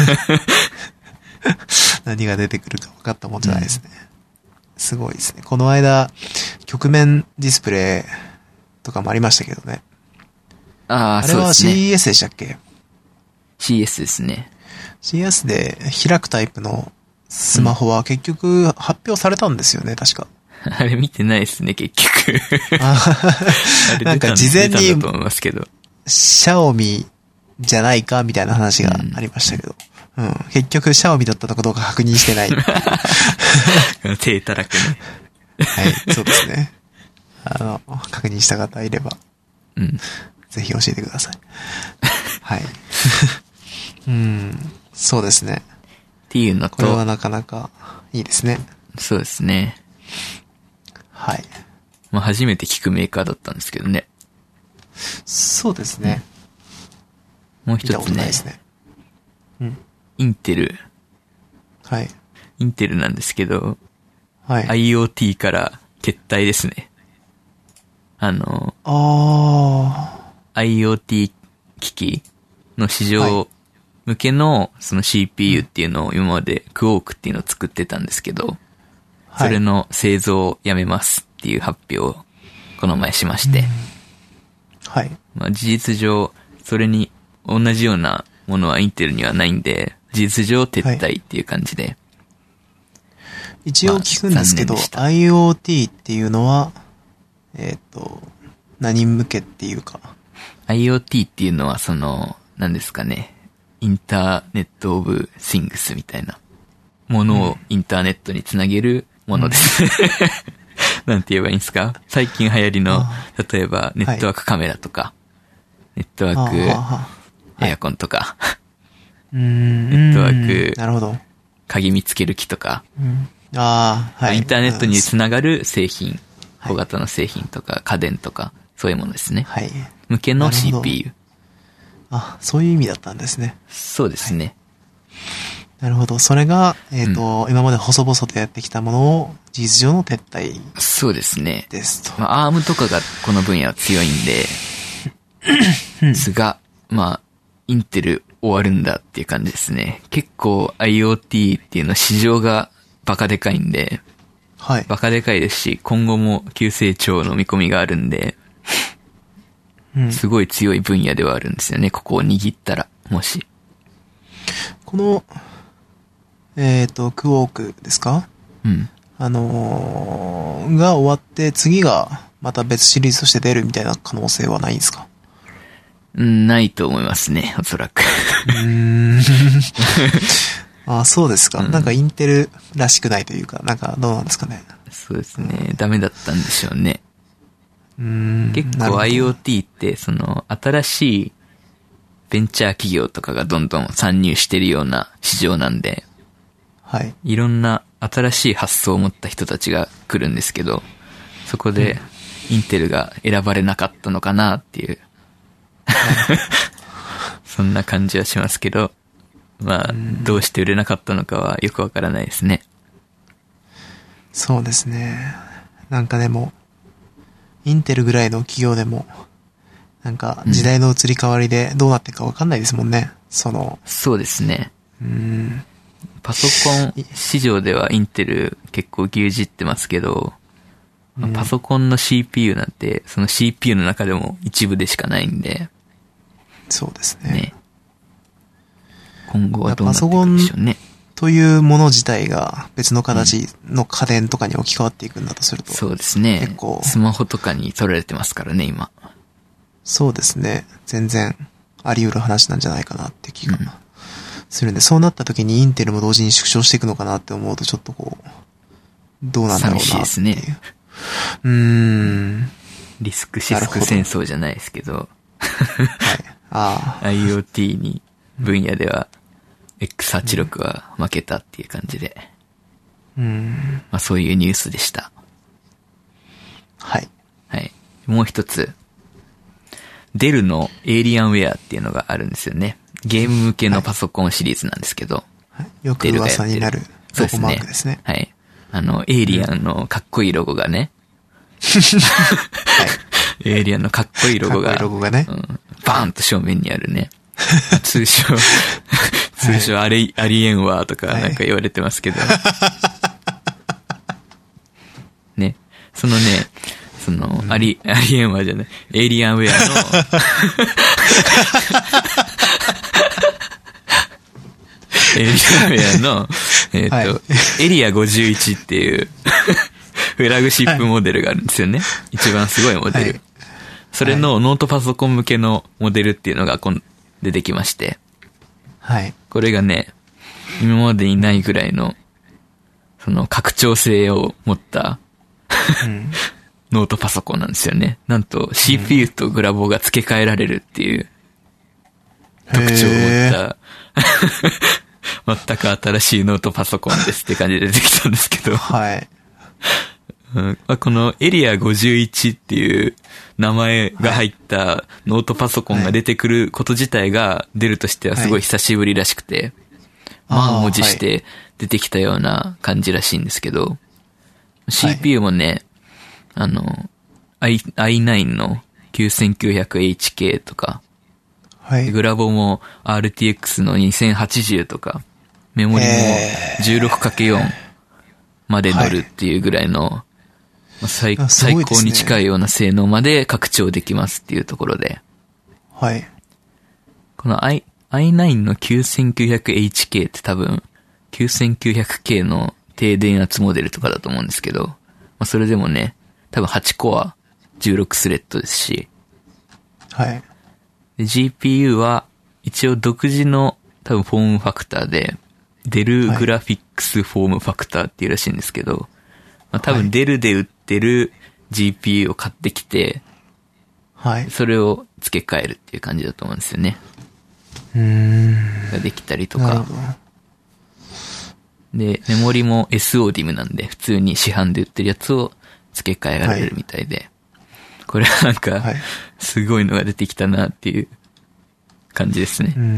[SPEAKER 1] 何が出てくるか分かったもんじゃないですね。うん、すごいですね。この間、曲面ディスプレイとかもありましたけどね。
[SPEAKER 2] ああ、そうですね。
[SPEAKER 1] あれは シーイーエス でしたっけ？
[SPEAKER 2] シーイーエス ですね。
[SPEAKER 1] シーイーエス で開くタイプのスマホは結局発表されたんですよね、確か。
[SPEAKER 2] あれ見てないですね、結局。
[SPEAKER 1] なんか事前に、シ
[SPEAKER 2] ャ
[SPEAKER 1] オミじゃないかみたいな話がありましたけど。うん、うん、結局シャオミだったのかどうか確認してない。
[SPEAKER 2] 手たらくね。
[SPEAKER 1] はい、そうですね。あの、確認した方いれば。
[SPEAKER 2] うん。
[SPEAKER 1] ぜひ教えてください。はい。うん、そうですね。
[SPEAKER 2] っていうのと。
[SPEAKER 1] これはなかなかいいですね。
[SPEAKER 2] そうですね。
[SPEAKER 1] はい。
[SPEAKER 2] まあ初めて聞くメーカーだったんですけどね。
[SPEAKER 1] そうですね。
[SPEAKER 2] うん、もう一つね。見たことないですね。うん。インテル。
[SPEAKER 1] はい。
[SPEAKER 2] インテルなんですけど、
[SPEAKER 1] はい。
[SPEAKER 2] IoT から撤退ですね。あの、
[SPEAKER 1] あー。
[SPEAKER 2] IoT 機器の市場向けのその シーピーユー っていうのを今までクオークっていうのを作ってたんですけど、はい、それの製造をやめますっていう発表をこの前しまして、
[SPEAKER 1] はい。
[SPEAKER 2] まあ事実上それに同じようなものはインテルにはないんで、事実上撤退っていう感じで。はい、
[SPEAKER 1] 一応聞くんですけど、まあ、IoT っていうのは、えっと、何向けっていうか。
[SPEAKER 2] IoT っていうのはその、何ですかね。 インターネットオブシングスみたいなものをインターネットにつなげるものですね。うん、なんて言えばいいんですか？最近流行りの、例えばネットワークカメラとか、はい、ネットワークエアコンとか、
[SPEAKER 1] はい、ネ
[SPEAKER 2] ットワーク、
[SPEAKER 1] なるほど。
[SPEAKER 2] 鍵見つける機とか、
[SPEAKER 1] うん、あはい、
[SPEAKER 2] インターネットにつながる製品、小型の製品とか家電とか、そういうものですね。はい。向けの シーピーユー。
[SPEAKER 1] あ、そういう意味だったんですね。
[SPEAKER 2] そうですね。
[SPEAKER 1] はい、なるほど。それが、えっ、ー、と、うん、今まで細々とやってきたものを事実上の撤退。
[SPEAKER 2] そうですね。
[SPEAKER 1] ですと。
[SPEAKER 2] まあ、アームとかがこの分野は強いんで、ですが、まあ、インテル終わるんだっていう感じですね。結構 IoT っていうのは市場がバカでかいんで、はい。バカでかいですし、今後も急成長の見込みがあるんで、うん、すごい強い分野ではあるんですよね。ここを握ったら、もし。
[SPEAKER 1] この、えっ、ー、と、クォークですか？うん。あのー、が終わって、次がまた別シリーズとして出るみたいな可能性はないんですか？
[SPEAKER 2] うん、ないと思いますね、おそらく。
[SPEAKER 1] うーん。あ、そうですか、うん。なんかインテルらしくないというか、なんかどうなんですかね。
[SPEAKER 2] そうですね、うん、ダメだったんでしょうね。
[SPEAKER 1] うーん。
[SPEAKER 2] 結構 IoT って、その、新しいベンチャー企業とかがどんどん参入してるような市場なんで、はい。いろんな新しい発想を持った人たちが来るんですけど、そこでインテルが選ばれなかったのかなっていう、そんな感じはしますけど、まあ、どうして売れなかったのかはよくわからないですね。
[SPEAKER 1] そうですね。なんかでも、インテルぐらいの企業でも、なんか時代の移り変わりでどうなってるかわかんないですもんね。その。
[SPEAKER 2] そうですね。うん。パソコン市場ではインテル結構牛耳ってますけど、うん、パソコンの シーピーユー なんて、その シーピーユー の中でも一部でしかないんで。
[SPEAKER 1] そうですね。ね、
[SPEAKER 2] 今後はどうなっていくんでしょうね。パソコン
[SPEAKER 1] というもの自体が別の形の家電とかに置き換わっていくんだとすると。
[SPEAKER 2] そうですね。結構。スマホとかに取られてますからね、今。
[SPEAKER 1] そうですね。全然あり得る話なんじゃないかなって気がするんで、うん、そうなった時にインテルも同時に縮小していくのかなって思うとちょっとこう、どうなんだろうなっていう。寂しいですね。うーん。
[SPEAKER 2] リスクシスク戦争じゃないですけど。どはい。ああ。IoT に分野では エックスはちじゅうろく は負けたっていう感じで。うん。まあそういうニュースでした。
[SPEAKER 1] はい。
[SPEAKER 2] はい。もう一つ。デルのエイリアンウェアっていうのがあるんですよね。ゲーム向けのパソコンシリーズなんですけど。
[SPEAKER 1] はい、よく噂になるロゴマークですね。
[SPEAKER 2] はい。あの、エイリアンのかっこいいロゴがね。はい。エイリアンのかっこいいロゴが。かっこいいロゴがね。うん。バーンと正面にあるね。通称、通称あり、ありえんわとかなんか言われてますけど。ね。そのね、その、うん、あり、ありえんわじゃない、エイリアンウェアの、エイリアンウェアの、えっと、はい、エリアごじゅういちっていうフラグシップモデルがあるんですよね。はい、一番すごいモデル。はい、それのノートパソコン向けのモデルっていうのが今出てきまして。はい。これがね、今までにないぐらいの、その拡張性を持った、うんノートパソコンなんですよね。なんと シーピーユー とグラボが付け替えられるっていう特徴を持った全く新しいノートパソコンですって感じで出てきたんですけど。はい。うんまあ、このエリアごじゅういちっていう名前が入ったノートパソコンが出てくること自体が出るとしてはすごい久しぶりらしくて、満を持して出てきたような感じらしいんですけど、シーピーユー もね、あの、アイナイン の きゅうせんきゅうひゃくエイチケー とか、はい、グラボも アールティーエックス のにせんはちじゅうとか、メモリも じゅうろくかけるよん まで乗るっていうぐらいの、はい、最, 最高に近いような性能まで拡張できますっていうところで、はい。この アイナイン の きゅうせんきゅうひゃくエイチケー って多分 きゅうせんきゅうひゃくケー の低電圧モデルとかだと思うんですけど、まあ、それでもね、多分はちコア、じゅうろくスレッドですし。はい。で ジーピーユー は一応独自の多分フォームファクターで、デルグラフィックスフォームファクターっていうらしいんですけど、まあ、多分デルで売ってる ジーピーユー を買ってきて、
[SPEAKER 1] はい。
[SPEAKER 2] それを付け替えるっていう感じだと思うんですよね。
[SPEAKER 1] うーん。
[SPEAKER 2] ができたりとか。
[SPEAKER 1] なるほど。
[SPEAKER 2] で、メモリも エスオーディム なんで、普通に市販で売ってるやつを付け替えられるみたいで、はい、これはなんか、すごいのが出てきたなっていう感じですね。
[SPEAKER 1] うん。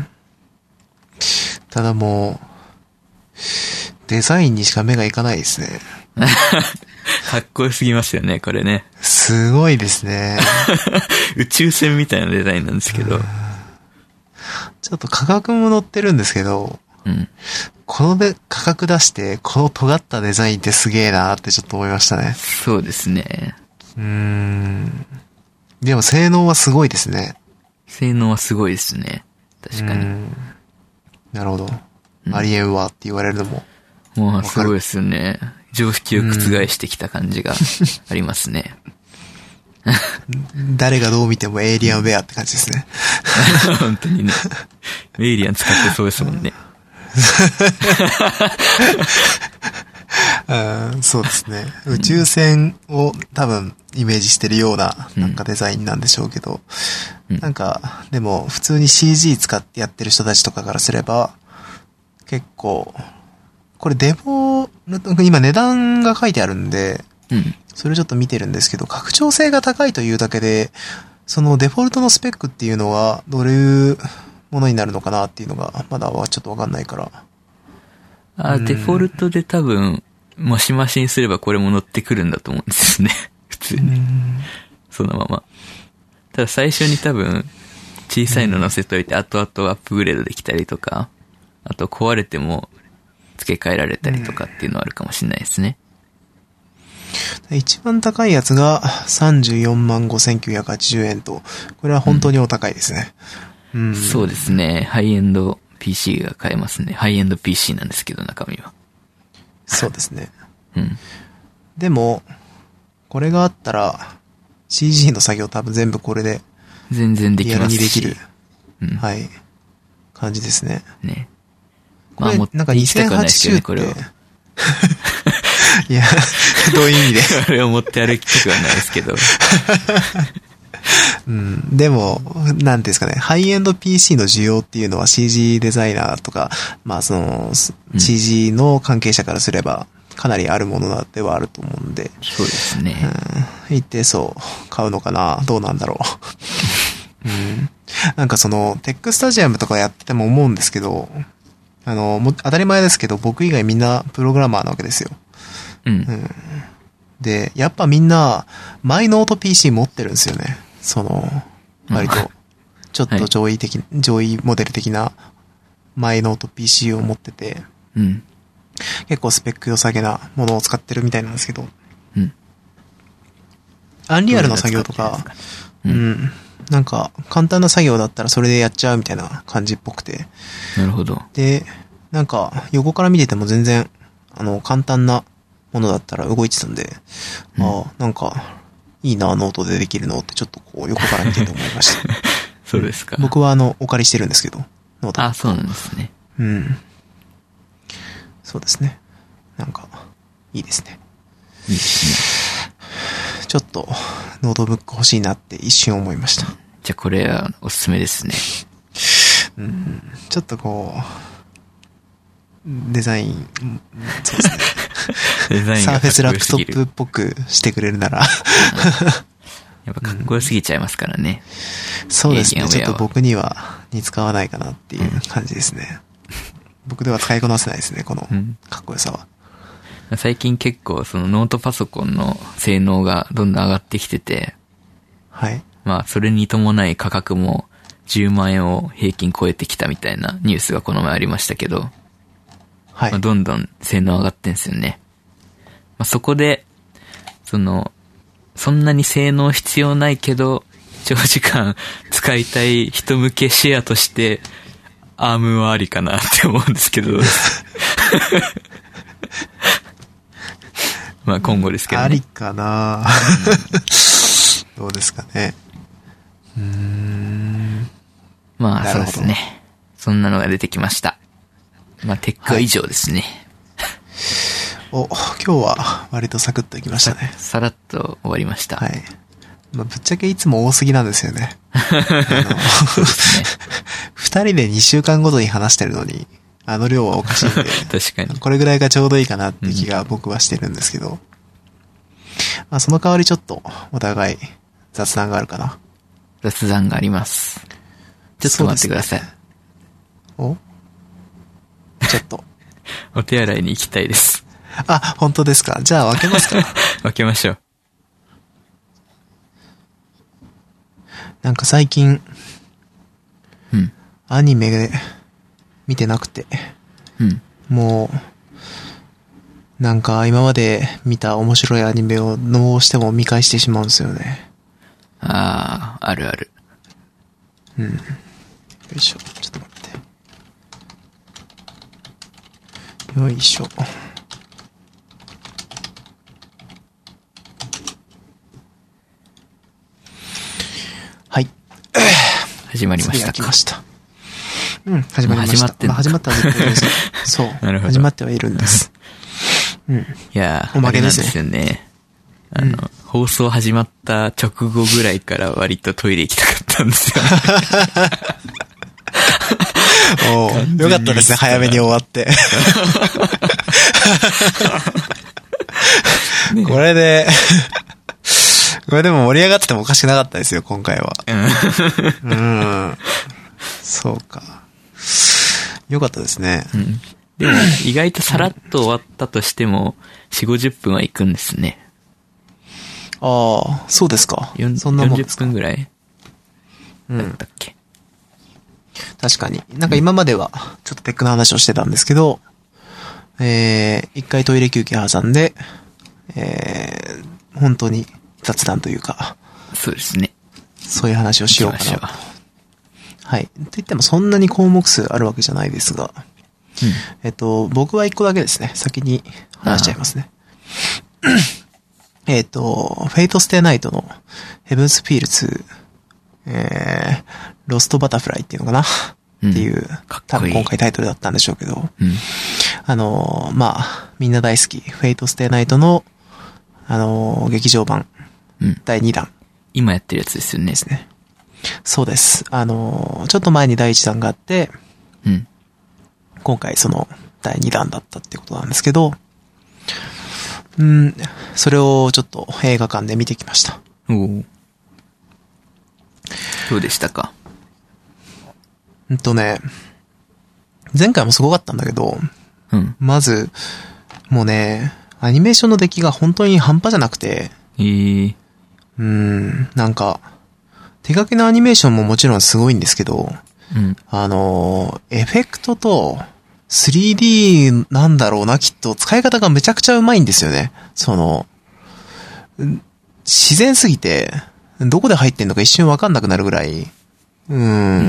[SPEAKER 1] ただもう、デザインにしか目がいかないですね。
[SPEAKER 2] かっこよすぎますよね、これね。
[SPEAKER 1] すごいですね。
[SPEAKER 2] 宇宙船みたいなデザインなんですけど。
[SPEAKER 1] ちょっと価格も載ってるんですけど、
[SPEAKER 2] うん、
[SPEAKER 1] こので価格出して、この尖ったデザインってすげえなーってちょっと思いましたね。
[SPEAKER 2] そうですね。
[SPEAKER 1] うーん。でも性能はすごいですね。
[SPEAKER 2] 性能はすごいですね。確かに。
[SPEAKER 1] なるほど。うん、ありえんわって言われるのも。
[SPEAKER 2] もうすごいですよね。常識を覆してきた感じがありますね。
[SPEAKER 1] 誰がどう見てもエイリアンウェアって感じですね。
[SPEAKER 2] 本当にね。エイリアン使ってそうですもんね。
[SPEAKER 1] うん、そうですね。宇宙船を多分イメージしてるようななんかデザインなんでしょうけど、うん、なんかでも普通に シージー 使ってやってる人たちとかからすれば結構これデモ今値段が書いてあるんで、うん、それちょっと見てるんですけど、拡張性が高いというだけでそのデフォルトのスペックっていうのはどういうものになるのかなっていうのがまだはちょっとわかんないから。
[SPEAKER 2] あ、デフォルトで多分マシマシにすればこれも乗ってくるんだと思うんですね。普通に。そのまま。ただ最初に多分小さいの乗せといて後々アップグレードできたりとか、あと壊れても付け替えられたりとかっていうのはあるかもしれないですね。
[SPEAKER 1] 一番高いやつがさんじゅうよんまんごせんきゅうひゃくはちじゅうえんと、これは本当にお高いですね。
[SPEAKER 2] うんうん、そうですね。ハイエンド ピーシー が買えますね。ハイエンド ピーシー なんですけど、中身は。
[SPEAKER 1] そうですね。
[SPEAKER 2] うん。
[SPEAKER 1] でも、これがあったら、シージー の作業多分全部これで、
[SPEAKER 2] 全然できますし。
[SPEAKER 1] リアルにできる。
[SPEAKER 2] うん。
[SPEAKER 1] はい。感じですね。
[SPEAKER 2] ね。
[SPEAKER 1] これ、なんかにせんはちじゅうって。これは。いや、どういう意味で。
[SPEAKER 2] これを持って歩きたくはないですけど。
[SPEAKER 1] うん、でも、なんですかね、ハイエンド ピーシー の需要っていうのは シージー デザイナーとか、まあその、シージー の関係者からすれば、かなりあるものではあると思うんで。
[SPEAKER 2] そうですね。
[SPEAKER 1] うん、一定そう、買うのかな、どうなんだろう。うん、なんかその、テックスタジアムとかやっても思うんですけど、あの、も当たり前ですけど、僕以外みんなプログラマーなわけですよ。
[SPEAKER 2] うん。うん、
[SPEAKER 1] で、やっぱみんな、マイノート ピーシー 持ってるんですよね。その、割と、ちょっと上位的、はい、上位モデル的なマイノート ピーシー を持ってて、
[SPEAKER 2] うん、
[SPEAKER 1] 結構スペック良さげなものを使ってるみたいなんですけど、
[SPEAKER 2] うん、
[SPEAKER 1] アンリアルの作業とか、うん、うん、なんか簡単な作業だったらそれでやっちゃうみたいな感じっぽくて、
[SPEAKER 2] なるほど。
[SPEAKER 1] で、なんか横から見てても全然、あの、簡単なものだったら動いてたんで、うん、ああ、なんか、いいな、ノートでできるのってちょっとこう横から見てて思いました。
[SPEAKER 2] そうですか。
[SPEAKER 1] 僕はあの、お借りしてるんですけど、ノート。
[SPEAKER 2] あ、そうなんですね。
[SPEAKER 1] うん。そうですね。なんか、いいですね。
[SPEAKER 2] いいですね。
[SPEAKER 1] ちょっと、ノートブック欲しいなって一瞬思いました。
[SPEAKER 2] じゃあこれはおすすめですね。
[SPEAKER 1] うん。ちょっとこう、デザイン、そうですね。
[SPEAKER 2] デザインが
[SPEAKER 1] サーフェスラップトップっぽくしてくれるなら、うん。
[SPEAKER 2] やっぱかっこよすぎちゃいますからね。
[SPEAKER 1] うん、そうですね。ちょっと僕には似つかわないかなっていう感じですね。うん、僕では使いこなせないですね、このかっこよさは。
[SPEAKER 2] うん、最近結構そのノートパソコンの性能がどんどん上がってきてて、
[SPEAKER 1] はい。
[SPEAKER 2] まあそれに伴い価格もじゅうまんえんを平均超えてきたみたいなニュースがこの前ありましたけど、
[SPEAKER 1] はい。
[SPEAKER 2] まあ、どんどん性能上がってんすよね。まあ、そこで、その、そんなに性能必要ないけど、長時間使いたい人向けシェアとして、アームはありかなって思うんですけど。まあ今後ですけどね。
[SPEAKER 1] ありかなどうですかね。うーん。
[SPEAKER 2] まあそうですね。 そんなのが出てきました。まあ、テックは以上ですね。
[SPEAKER 1] はい、お、今日は割とサクッといきましたね。
[SPEAKER 2] さ、さらっと終わりました。
[SPEAKER 1] はい。まあ、ぶっちゃけいつも多すぎなんですよね。あの、そうですね。二人でにしゅうかんごとに話してるのに、あの量はおかしいんで。
[SPEAKER 2] 確かに。
[SPEAKER 1] これぐらいがちょうどいいかなって気が僕はしてるんですけど。うん、まあ、その代わりちょっと、お互い雑談があるかな。
[SPEAKER 2] 雑談があります。ちょっと待ってください。ね、
[SPEAKER 1] おちょっと。
[SPEAKER 2] お手洗いに行きたいです。
[SPEAKER 1] あ、本当ですか。じゃあ分けますか。
[SPEAKER 2] 分けましょう。
[SPEAKER 1] なんか最近、
[SPEAKER 2] うん。
[SPEAKER 1] アニメ見てなくて、
[SPEAKER 2] うん。
[SPEAKER 1] もう、なんか今まで見た面白いアニメをどうしても見返してしまうんですよね。
[SPEAKER 2] ああ、あるある。
[SPEAKER 1] うん。よいしょ。ちょっと待って。よいしょ。はい。
[SPEAKER 2] 始まりましたか。
[SPEAKER 1] 来ました。うん、始まりました。
[SPEAKER 2] 始まってんのか。
[SPEAKER 1] まあ、始まったんですけど、そう。
[SPEAKER 2] なるほど。
[SPEAKER 1] 始まってはいるんです。うん。い
[SPEAKER 2] やー、
[SPEAKER 1] おまけですね。
[SPEAKER 2] ですよね。あの、うん、放送始まった直後ぐらいから割とトイレ行きたかったんですよ。
[SPEAKER 1] おー、よかったですね、早めに終わって。ね、これで、これでも盛り上がっててもおかしくなかったですよ、今回は。うん。そうか。よかったですね。
[SPEAKER 2] うん、でも、意外とさらっと終わったとしても、よん、ごじゅっぷんは行くんですね。
[SPEAKER 1] ああ、そうですか。そんなもんですか。
[SPEAKER 2] よんじゅっぷんぐらいだったっけ、
[SPEAKER 1] うん、確かに。なんか今までは、ちょっとテックの話をしてたんですけど、えー、一回トイレ休憩挟んで、えー、本当に雑談というか、
[SPEAKER 2] そうですね。
[SPEAKER 1] そういう話をしようかな。はい。と言ってもそんなに項目数あるわけじゃないですが、うん、えっと、僕は一個だけですね。先に話しちゃいますね。えっと、フェイトステイナイトのヘブンスフィールツ、えー、ロストバタフライっていうのかな、うん、っていう、多分今回タイトルだったんでしょうけど、
[SPEAKER 2] うん、
[SPEAKER 1] あの、まあ、みんな大好き、フェイトステイナイトの、あの、劇場版、うん、だいにだん。
[SPEAKER 2] 今やってるやつですよね。
[SPEAKER 1] ですね。そうです。あの、ちょっと前にだいいちだんがあって、
[SPEAKER 2] うん、
[SPEAKER 1] 今回そのだいにだんだったってことなんですけど、うん、それをちょっと映画館で見てきました。
[SPEAKER 2] おー。どうでしたか？
[SPEAKER 1] うんとね、前回もすごかったんだけど、
[SPEAKER 2] うん、
[SPEAKER 1] まず、もうね、アニメーションの出来が本当に半端じゃなくて、
[SPEAKER 2] えー、
[SPEAKER 1] うん、なんか、手書きのアニメーションももちろんすごいんですけど、
[SPEAKER 2] うん、
[SPEAKER 1] あの、エフェクトと スリーディー なんだろうな、きっと使い方がめちゃくちゃうまいんですよね。その、自然すぎて、どこで入ってんのか一瞬わかんなくなるぐらい、うーん、うん、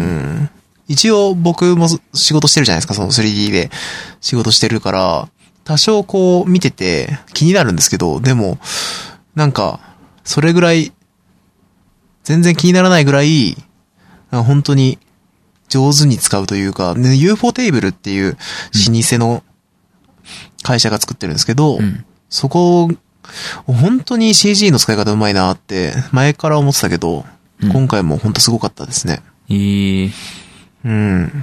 [SPEAKER 1] 一応僕も仕事してるじゃないですか、その スリーディー で仕事してるから、多少こう見てて気になるんですけど、でも、なんか、それぐらい、全然気にならないぐらい、本当に上手に使うというか、ね、ユーフォー テーブルっていう老舗の会社が作ってるんですけど、うん、そこ、本当に シージー の使い方うまいなって前から思ってたけど、うん、今回も本当すごかったですね。
[SPEAKER 2] へー。
[SPEAKER 1] うん。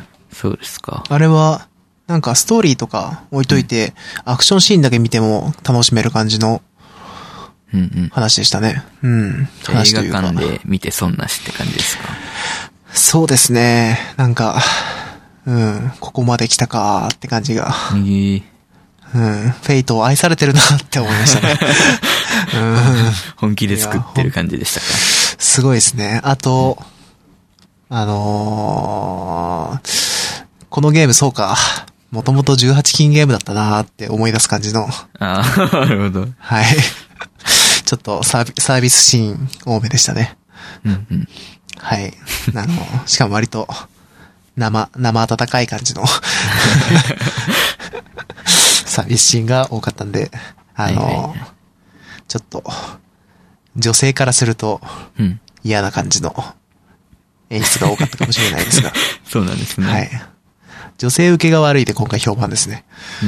[SPEAKER 2] そうですか。
[SPEAKER 1] あれは、なんかストーリーとか置いといて、うん、アクションシーンだけ見ても楽しめる感じの話でしたね。うん、うん。
[SPEAKER 2] 話というか。映画館で見て損なしって感じですか？
[SPEAKER 1] そうですね。なんか、うん、ここまで来たかーって感じが。
[SPEAKER 2] えー、
[SPEAKER 1] うん、フェイトを愛されてるなって思いましたね。うん、
[SPEAKER 2] 本気で作ってる感じでしたか？
[SPEAKER 1] すごいですね。あと、うん、あのー、このゲームそうか。もともとじゅうはち禁ゲームだったなーって思い出す感じの。
[SPEAKER 2] ああ、なるほど。
[SPEAKER 1] はい。ちょっとサービ、サービスシーン多めでしたね。
[SPEAKER 2] うんうん。
[SPEAKER 1] はい。あの、しかも割と生、生温かい感じのサービスシーンが多かったんで、あの、はいはい、ちょっと、女性からすると嫌な感じの演出が多かったかもしれないですが。
[SPEAKER 2] そうなんですね。
[SPEAKER 1] はい。 女性受けが悪いで今回評判ですね。
[SPEAKER 2] うん。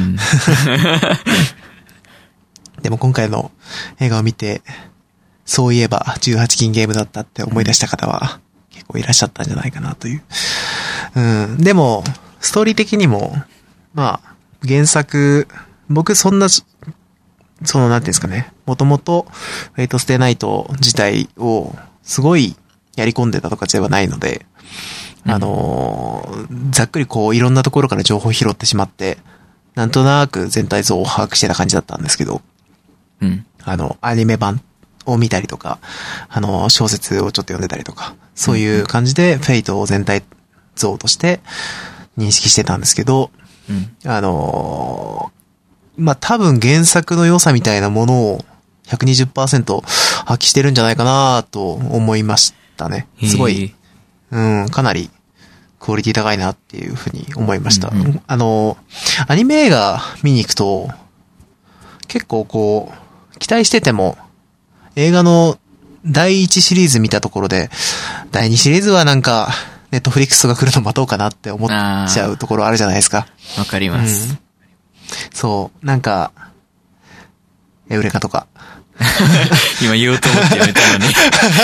[SPEAKER 1] でも今回の映画を見て、そういえばじゅうはち禁ゲームだったって思い出した方は結構いらっしゃったんじゃないかなという。うん。でも、ストーリー的にも、まあ、原作、僕そんな、その、なんていうんですかね、もともと、フェイトステイナイト自体を、すごいやり込んでたとかではないので、うん、あのー、ざっくりこう、いろんなところから情報を拾ってしまって、なんとなく全体像を把握してた感じだったんですけど、
[SPEAKER 2] うん。
[SPEAKER 1] あの、アニメ版を見たりとか、あの、小説をちょっと読んでたりとか、そういう感じで、フェイトを全体像として認識してたんですけど、
[SPEAKER 2] うん、
[SPEAKER 1] あのー、まあ、多分原作の良さみたいなものを ひゃくにじゅっパーセント 発揮してるんじゃないかなと思いましたね。すごい、うん、かなりクオリティ高いなっていうふうに思いました。うんうん、あのー、アニメ映画見に行くと、結構こう、期待してても、映画のだいいちシリーズ見たところで、だいにシリーズはなんか、ネットフリックスが来るの待とうかなって思っちゃうところあるじゃないですか。
[SPEAKER 2] わかります、うん。
[SPEAKER 1] そう。なんか、エウレカとか。
[SPEAKER 2] 今言おうと思ってやめたのに。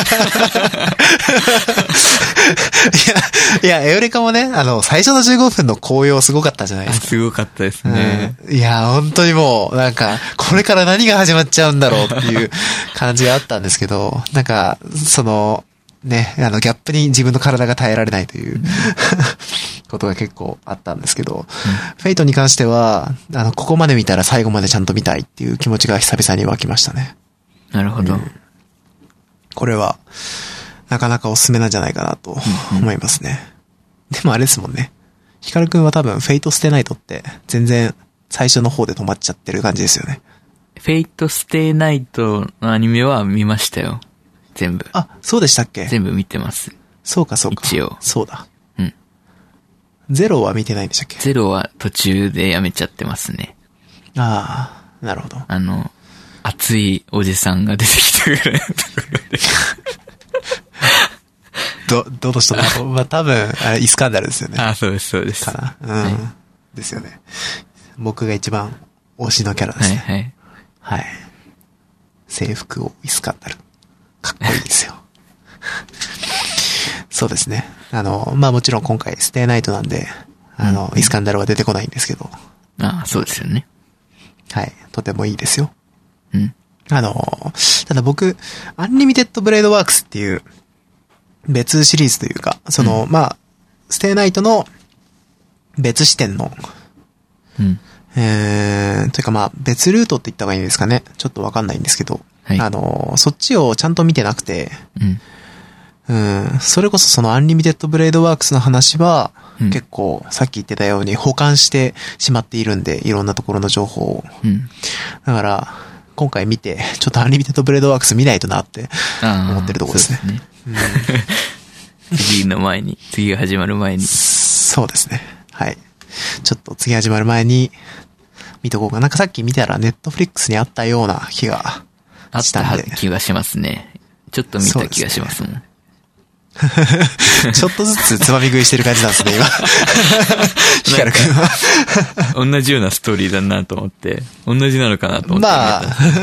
[SPEAKER 1] いや、いや、エウレカもね、あの、最初のじゅうごふんの紅葉すごかったじゃないですか。
[SPEAKER 2] すごかったですね、
[SPEAKER 1] うん。いや、本当にもう、なんか、これから何が始まっちゃうんだろうっていう感じがあったんですけど、なんか、その、ね、あの、ギャップに自分の体が耐えられないという、ことが結構あったんですけど、うん、フェイトに関しては、あの、ここまで見たら最後までちゃんと見たいっていう気持ちが久々に湧きましたね。
[SPEAKER 2] なるほど。うん、
[SPEAKER 1] これは、なかなかおすすめなんじゃないかなと思いますね。うんうん、でもあれですもんね。ヒカルくんは多分、フェイトステイナイトって全然最初の方で止まっちゃってる感じですよね。
[SPEAKER 2] フェイトステイナイトのアニメは見ましたよ。全部。
[SPEAKER 1] あ、そうでしたっけ？
[SPEAKER 2] 全部見てます。
[SPEAKER 1] そうかそうか。
[SPEAKER 2] 一応。
[SPEAKER 1] そうだ。
[SPEAKER 2] うん。
[SPEAKER 1] ゼロは見てないんでしたっけ？
[SPEAKER 2] ゼロは途中でやめちゃってますね。
[SPEAKER 1] ああ、なるほど。
[SPEAKER 2] あの、熱いおじさんが出てきたぐらいのところで。
[SPEAKER 1] ど、どの人だろうまあ、多分、あれ、イスカンダルですよね。
[SPEAKER 2] あ、そうです、そうです。
[SPEAKER 1] かな。うん、はい。ですよね。僕が一番推しのキャラですね。
[SPEAKER 2] はい、はい。
[SPEAKER 1] はい。制服をイスカンダル。かっこいいですよ。そうですね。あの、まあもちろん今回ステイナイトなんで、あの、うん、イスカンダルは出てこないんですけど。
[SPEAKER 2] ああ、そうですよね。
[SPEAKER 1] はい。とてもいいですよ。
[SPEAKER 2] うん。
[SPEAKER 1] あの、ただ僕、アンリミテッドブレードワークスっていう別シリーズというか、その、うん、まあ、ステイナイトの別視点の、
[SPEAKER 2] うん。
[SPEAKER 1] えー、というかまあ別ルートって言った方がいいんですかね。ちょっとわかんないんですけど。はい、あの、そっちをちゃんと見てなくて、
[SPEAKER 2] うん。
[SPEAKER 1] うん、それこそそのアンリミテッドブレードワークスの話は、うん、結構さっき言ってたように保管してしまっているんで、いろんなところの情報を。
[SPEAKER 2] うん、
[SPEAKER 1] だから、今回見て、ちょっとアンリミテッドブレードワークス見ないとなって思ってるところですね。
[SPEAKER 2] そうですね。うん、次の前に、次が始まる前に。
[SPEAKER 1] そうですね。はい。ちょっと次始まる前に見とこうか。なんかさっき見たらネットフリックスにあったような気が。
[SPEAKER 2] あった気がしますね。ちょっと見た気がしますもん。
[SPEAKER 1] ちょっとずつつまみ食いしてる感じなんですね、今。ヒカル君は。
[SPEAKER 2] 同じようなストーリーだなと思って、同じなのかなと思って。
[SPEAKER 1] まあ、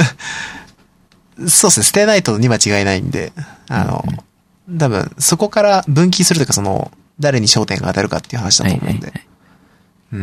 [SPEAKER 1] そうですね、ステイナイトに間違いないんで、あの、うん、多分、そこから分岐するというか、その、誰に焦点が当たるかっていう話だと思うんで。はいはいはい、うん。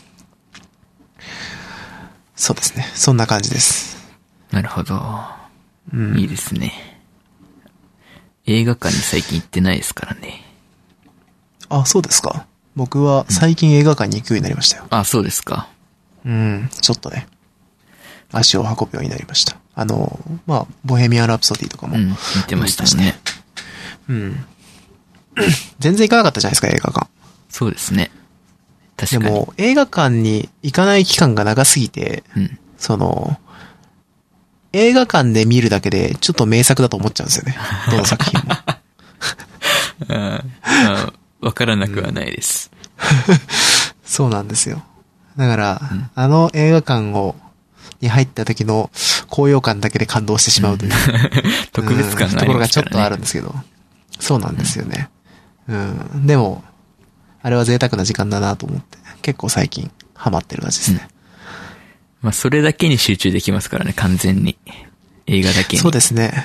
[SPEAKER 1] そうですね、そんな感じです。
[SPEAKER 2] なるほど。
[SPEAKER 1] うん、
[SPEAKER 2] いいですね。映画館に最近行ってないですからね。
[SPEAKER 1] あ、そうですか。僕は最近映画館に行くようになりましたよ。
[SPEAKER 2] うん、あ、そうですか。
[SPEAKER 1] うん、ちょっとね、足を運ぶようになりました。あの、まあ、ボヘミアン・ラプソディとかも、
[SPEAKER 2] うん、見てましたね。
[SPEAKER 1] うん。全然行かなかったじゃないですか、映画館。
[SPEAKER 2] そうですね。確かに。
[SPEAKER 1] でも、映画館に行かない期間が長すぎて、
[SPEAKER 2] うん、
[SPEAKER 1] その、映画館で見るだけで、ちょっと名作だと思っちゃうんですよね。どの作品も。
[SPEAKER 2] ああ、わからなくはないです、
[SPEAKER 1] うん。そうなんですよ。だから、うん、あの映画館を、に入った時の高揚感だけで感動してしまうという。
[SPEAKER 2] 特別感がありますからね。
[SPEAKER 1] ところがちょっとあるんですけど。そうなんですよね。うん。うん、でも、 あれは贅沢な時間だなと思って、結構最近ハマってる感じですね。
[SPEAKER 2] うん、まあそれだけに集中できますからね、完全に。映画だけに。
[SPEAKER 1] そうですね。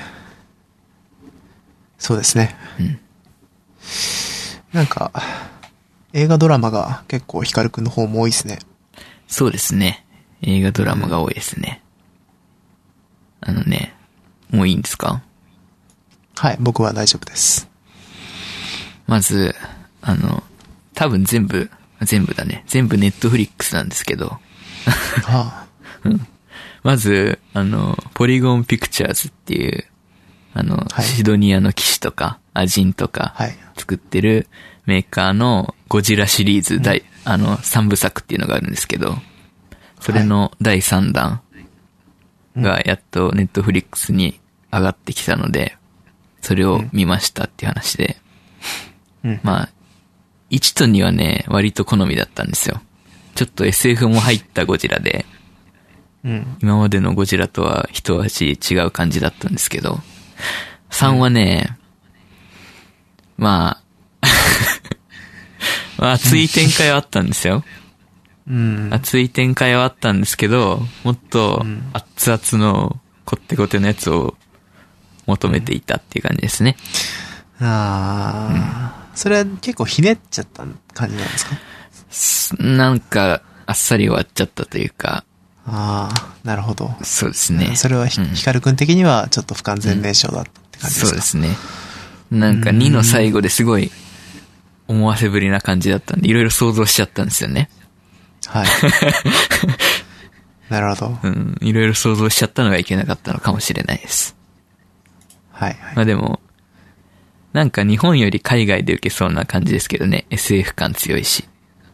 [SPEAKER 1] そうですね。
[SPEAKER 2] うん。
[SPEAKER 1] なんか、映画ドラマが結構ヒカルくんの方も多いですね。
[SPEAKER 2] そうですね。映画ドラマが多いですね。うん、あのね、もういいんですか？
[SPEAKER 1] はい、僕は大丈夫です。
[SPEAKER 2] まず、あの、多分全部、全部だね。全部ネットフリックスなんですけど。は
[SPEAKER 1] あ、
[SPEAKER 2] うん。まず、あの、ポリゴンピクチャーズっていう、あの、はい、シドニアの騎士とか、アジンとか、作ってるメーカーのゴジラシリーズ第、うん、あの、三部作っていうのがあるんですけど、それのだいさんだんがやっとネットフリックスに上がってきたので、それを見ましたっていう話で、うん、まあ、いちとにはね、割と好みだったんですよ。ちょっと エスエフ も入ったゴジラで、うん、今までのゴジラとは一味違う感じだったんですけど、さんはね、うん、まあ、まあ熱い展開はあったんですよ。うん、熱い展開はあったんですけど、もっと熱々のこってこてのやつを求めていたっていう感じですね。
[SPEAKER 1] うん、ああ、うん、それは結構ひねっちゃった感じなんですか？
[SPEAKER 2] なんか、あっさり終わっちゃったというか。
[SPEAKER 1] ああ、なるほど。
[SPEAKER 2] そうですね。
[SPEAKER 1] それはひ、うん、ヒカルくん的にはちょっと不完全燃焼だったって感じですか？
[SPEAKER 2] そうですね。なんかにの最後ですごい思わせぶりな感じだったんで、いろいろ想像しちゃったんですよね。
[SPEAKER 1] はい。なるほど。
[SPEAKER 2] うん、いろいろ想像しちゃったのがいけなかったのかもしれないです。
[SPEAKER 1] はい、はい。
[SPEAKER 2] まあでも、なんか日本より海外で受けそうな感じですけどね。エスエフ 感強いし。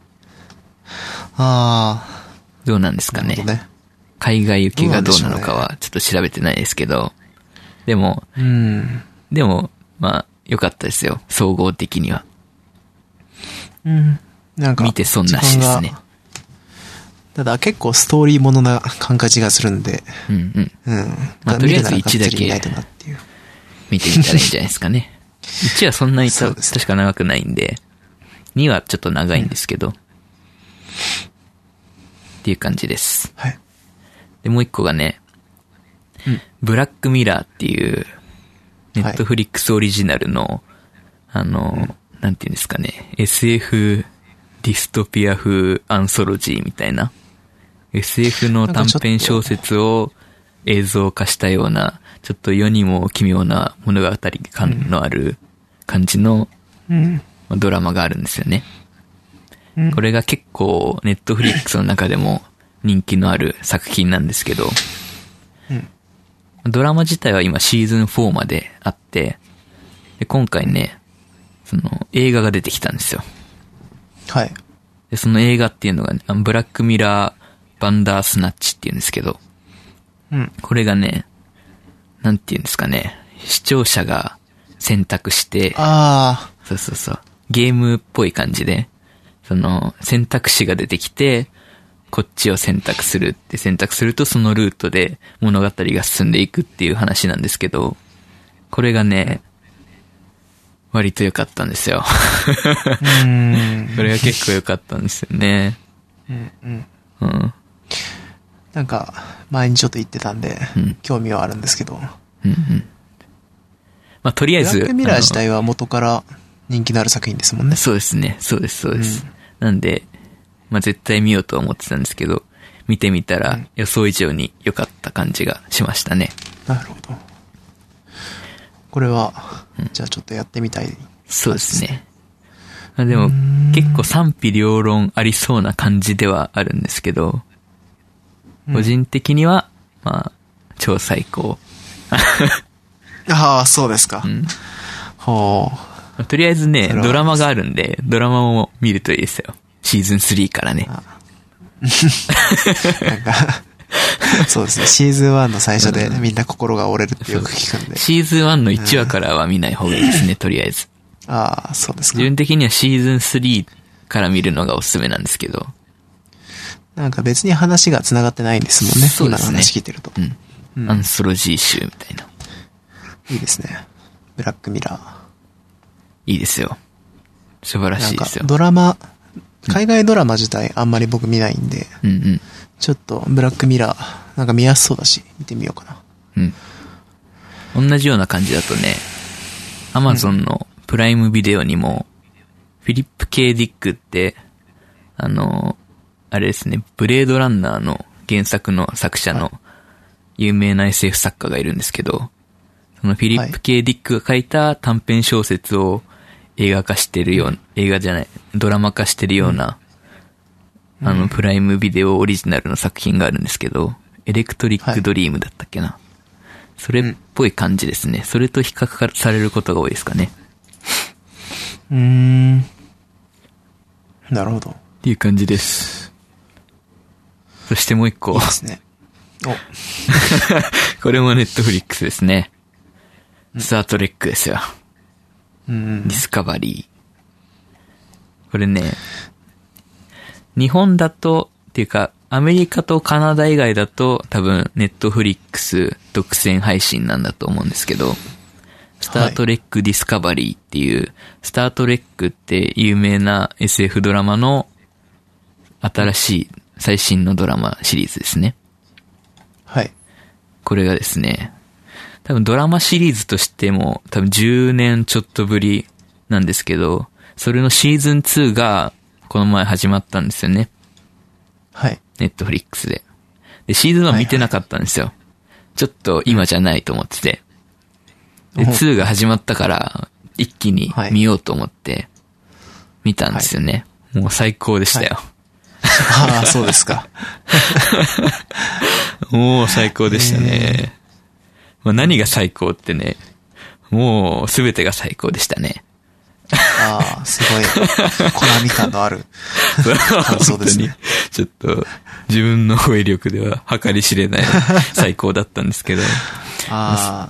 [SPEAKER 1] ああ。
[SPEAKER 2] どうなんですかね。ね、海外受けがどうなのかはちょっと調べてないですけど。でも、
[SPEAKER 1] うん、
[SPEAKER 2] でも、まあ、良かったですよ。総合的には。
[SPEAKER 1] うん。なんか、
[SPEAKER 2] 見て損なしですね。
[SPEAKER 1] ただ結構ストーリーものな感じがするんで。
[SPEAKER 2] うんうん。
[SPEAKER 1] うん。
[SPEAKER 2] まあとりあえずいちだけ見てみたらいいんじゃないですかね。いちはそんなに確か長くないんで、にはちょっと長いんですけど、うん、っていう感じです。
[SPEAKER 1] はい。
[SPEAKER 2] で、もう一個がね、うん、ブラックミラーっていう、ネットフリックスオリジナルの、はい、あの、うん、なんていうんですかね、エスエフ ディストピア風アンソロジーみたいな、エスエフ の短編小説を映像化したような、ちょっと世にも奇妙な物語感のある感じのドラマがあるんですよね。うん、これが結構ネットフリックスの中でも人気のある作品なんですけど、うん、ドラマ自体は今シーズンフォーまであって、で今回ね、その映画が出てきたんですよ。
[SPEAKER 1] はい。
[SPEAKER 2] でその映画っていうのがね、ブラックミラーバンダースナッチっていうんですけど、うん、これがね、なんていうんですかね、視聴者が選択して、
[SPEAKER 1] ああ、
[SPEAKER 2] そうそうそう、ゲームっぽい感じで、その選択肢が出てきて、こっちを選択するって選択するとそのルートで物語が進んでいくっていう話なんですけど、これがね、割と良かったんですよ。
[SPEAKER 1] うん、
[SPEAKER 2] これが結構良かったんですよね。
[SPEAKER 1] うんうん。
[SPEAKER 2] うん。
[SPEAKER 1] なんか、前にちょっと言ってたんで、うん、興味はあるんですけど。
[SPEAKER 2] うんうん。まあ、とりあえず。
[SPEAKER 1] ブラックミラー自体は元から人気のある作品ですもんね。
[SPEAKER 2] そうですね。そうです、そうです。うん、なんで、まあ、絶対見ようとは思ってたんですけど、見てみたら予想以上に良かった感じがしましたね。
[SPEAKER 1] なるほど。これは、うん、じゃあちょっとやってみたい、ね。
[SPEAKER 2] そうですね。まあ、でも、結構賛否両論ありそうな感じではあるんですけど、個人的には、まあ、超最高。
[SPEAKER 1] ああ、そうですか。
[SPEAKER 2] うん。
[SPEAKER 1] ほ
[SPEAKER 2] う。とりあえずね、ドラマがあるんで、ドラマも見るといいですよ。シーズンスリーからね。
[SPEAKER 1] なんか、そうですね。シーズンワンの最初でみんな心が折れるってよく聞くんで。
[SPEAKER 2] シーズンワンのいちわからは見ない方がいいですね、とりあえず。
[SPEAKER 1] ああ、そうですか。
[SPEAKER 2] 自分的にはシーズンスリーから見るのがおすすめなんですけど。
[SPEAKER 1] なんか別に話が繋がってないんですもんね。
[SPEAKER 2] そうですね。
[SPEAKER 1] 今の話聞いてると。
[SPEAKER 2] うんうん、アンソロジー集みたいな。
[SPEAKER 1] いいですね。ブラックミラー。
[SPEAKER 2] いいですよ。 素晴らしいですよ。
[SPEAKER 1] なんかドラマ、海外ドラマ自体あんまり僕見ないんで、
[SPEAKER 2] うんうん。
[SPEAKER 1] ちょっとブラックミラー、なんか見やすそうだし、見てみようかな。
[SPEAKER 2] うん。同じような感じだとね、アマゾンのプライムビデオにも、フィリップ・K・ディックって、あの、あれですね、ブレードランナーの原作の作者の有名な エスエフ 作家がいるんですけど、そのフィリップ・K・ディックが書いた短編小説を映画化してるような、映画じゃない、ドラマ化してるような、うん、あの、プライムビデオオリジナルの作品があるんですけど、エレクトリック・ドリームだったっけな。はい、それっぽい感じですね。それと比較されることが多いですかね。
[SPEAKER 1] うーん。なるほど。
[SPEAKER 2] っていう感じです。そしてもう一個。
[SPEAKER 1] いいですね。お。
[SPEAKER 2] これもネットフリックスですね。スタートレックですよ。
[SPEAKER 1] うん。
[SPEAKER 2] ディスカバリー。これね、日本だと、っていうか、アメリカとカナダ以外だと多分ネットフリックス独占配信なんだと思うんですけど、スタートレックディスカバリーっていう、はい、スタートレックって有名な エスエフ ドラマの新しい最新のドラマシリーズですね。
[SPEAKER 1] はい。
[SPEAKER 2] これがですね、多分ドラマシリーズとしても多分じゅうねんちょっとぶりなんですけど、それのシーズンツーがこの前始まったんですよね。
[SPEAKER 1] はい。
[SPEAKER 2] ネットフリックスで。で、シーズンワン見てなかったんですよ。はいはい、ちょっと今じゃないと思ってて。で、ツーが始まったから、一気に見ようと思って、見たんですよね。はい、もう最高でしたよ。はい
[SPEAKER 1] ああ、そうですか。
[SPEAKER 2] もう最高でしたね。まあ、何が最高ってね、もうすべてが最高でしたね。
[SPEAKER 1] ああ、すごい、コナミ感のある感想ですね。
[SPEAKER 2] ちょっと、自分の語彙力では計り知れない最高だったんですけど。
[SPEAKER 1] ああ。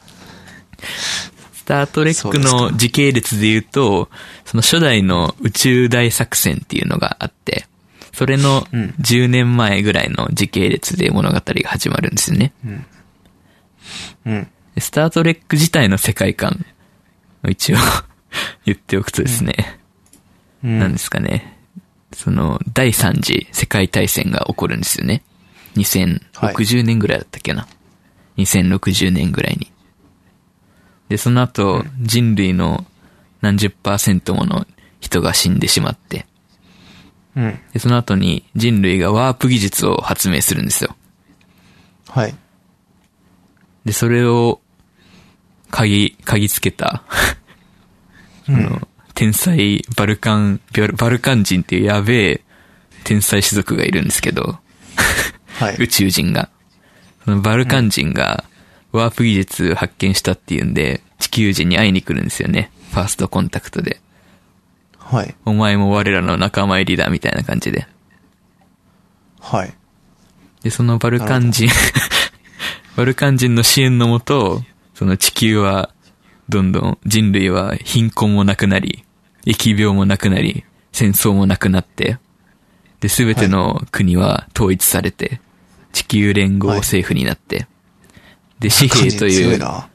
[SPEAKER 2] スタートレックの時系列で言うと、その初代の宇宙大作戦っていうのがあって、それのじゅうねんまえぐらいの時系列で物語が始まるんですよね。
[SPEAKER 1] うんうん、
[SPEAKER 2] スタートレック自体の世界観を一応言っておくとですね、うん、なんですかね、その第三次世界大戦が起こるんですよね。にせんろくじゅうねんぐらいだったっけな。はい、にせんろくじゅうねんぐらいに。で、その後、うん、人類の何十パーセントもの人が死んでしまって、
[SPEAKER 1] うん、
[SPEAKER 2] でその後に人類がワープ技術を発明するんですよ。
[SPEAKER 1] はい。
[SPEAKER 2] で、それを、嗅ぎ、嗅ぎつけた、
[SPEAKER 1] うん、
[SPEAKER 2] あの、天才バルカン、バルカン人っていうやべえ天才種族がいるんですけど、
[SPEAKER 1] はい、
[SPEAKER 2] 宇宙人が。そのバルカン人がワープ技術発見したっていうんで、地球人に会いに来るんですよね。ファーストコンタクトで。
[SPEAKER 1] はい。
[SPEAKER 2] お前も我らの仲間入りだみたいな感じで。
[SPEAKER 1] はい。
[SPEAKER 2] で、そのバルカン人、バルカン人の支援のもと、その地球は、どんどん人類は貧困もなくなり、疫病もなくなり、戦争もなくなって、で、すべての国は統一されて、地球連合政府になって、はい、で、紙幣という、はい、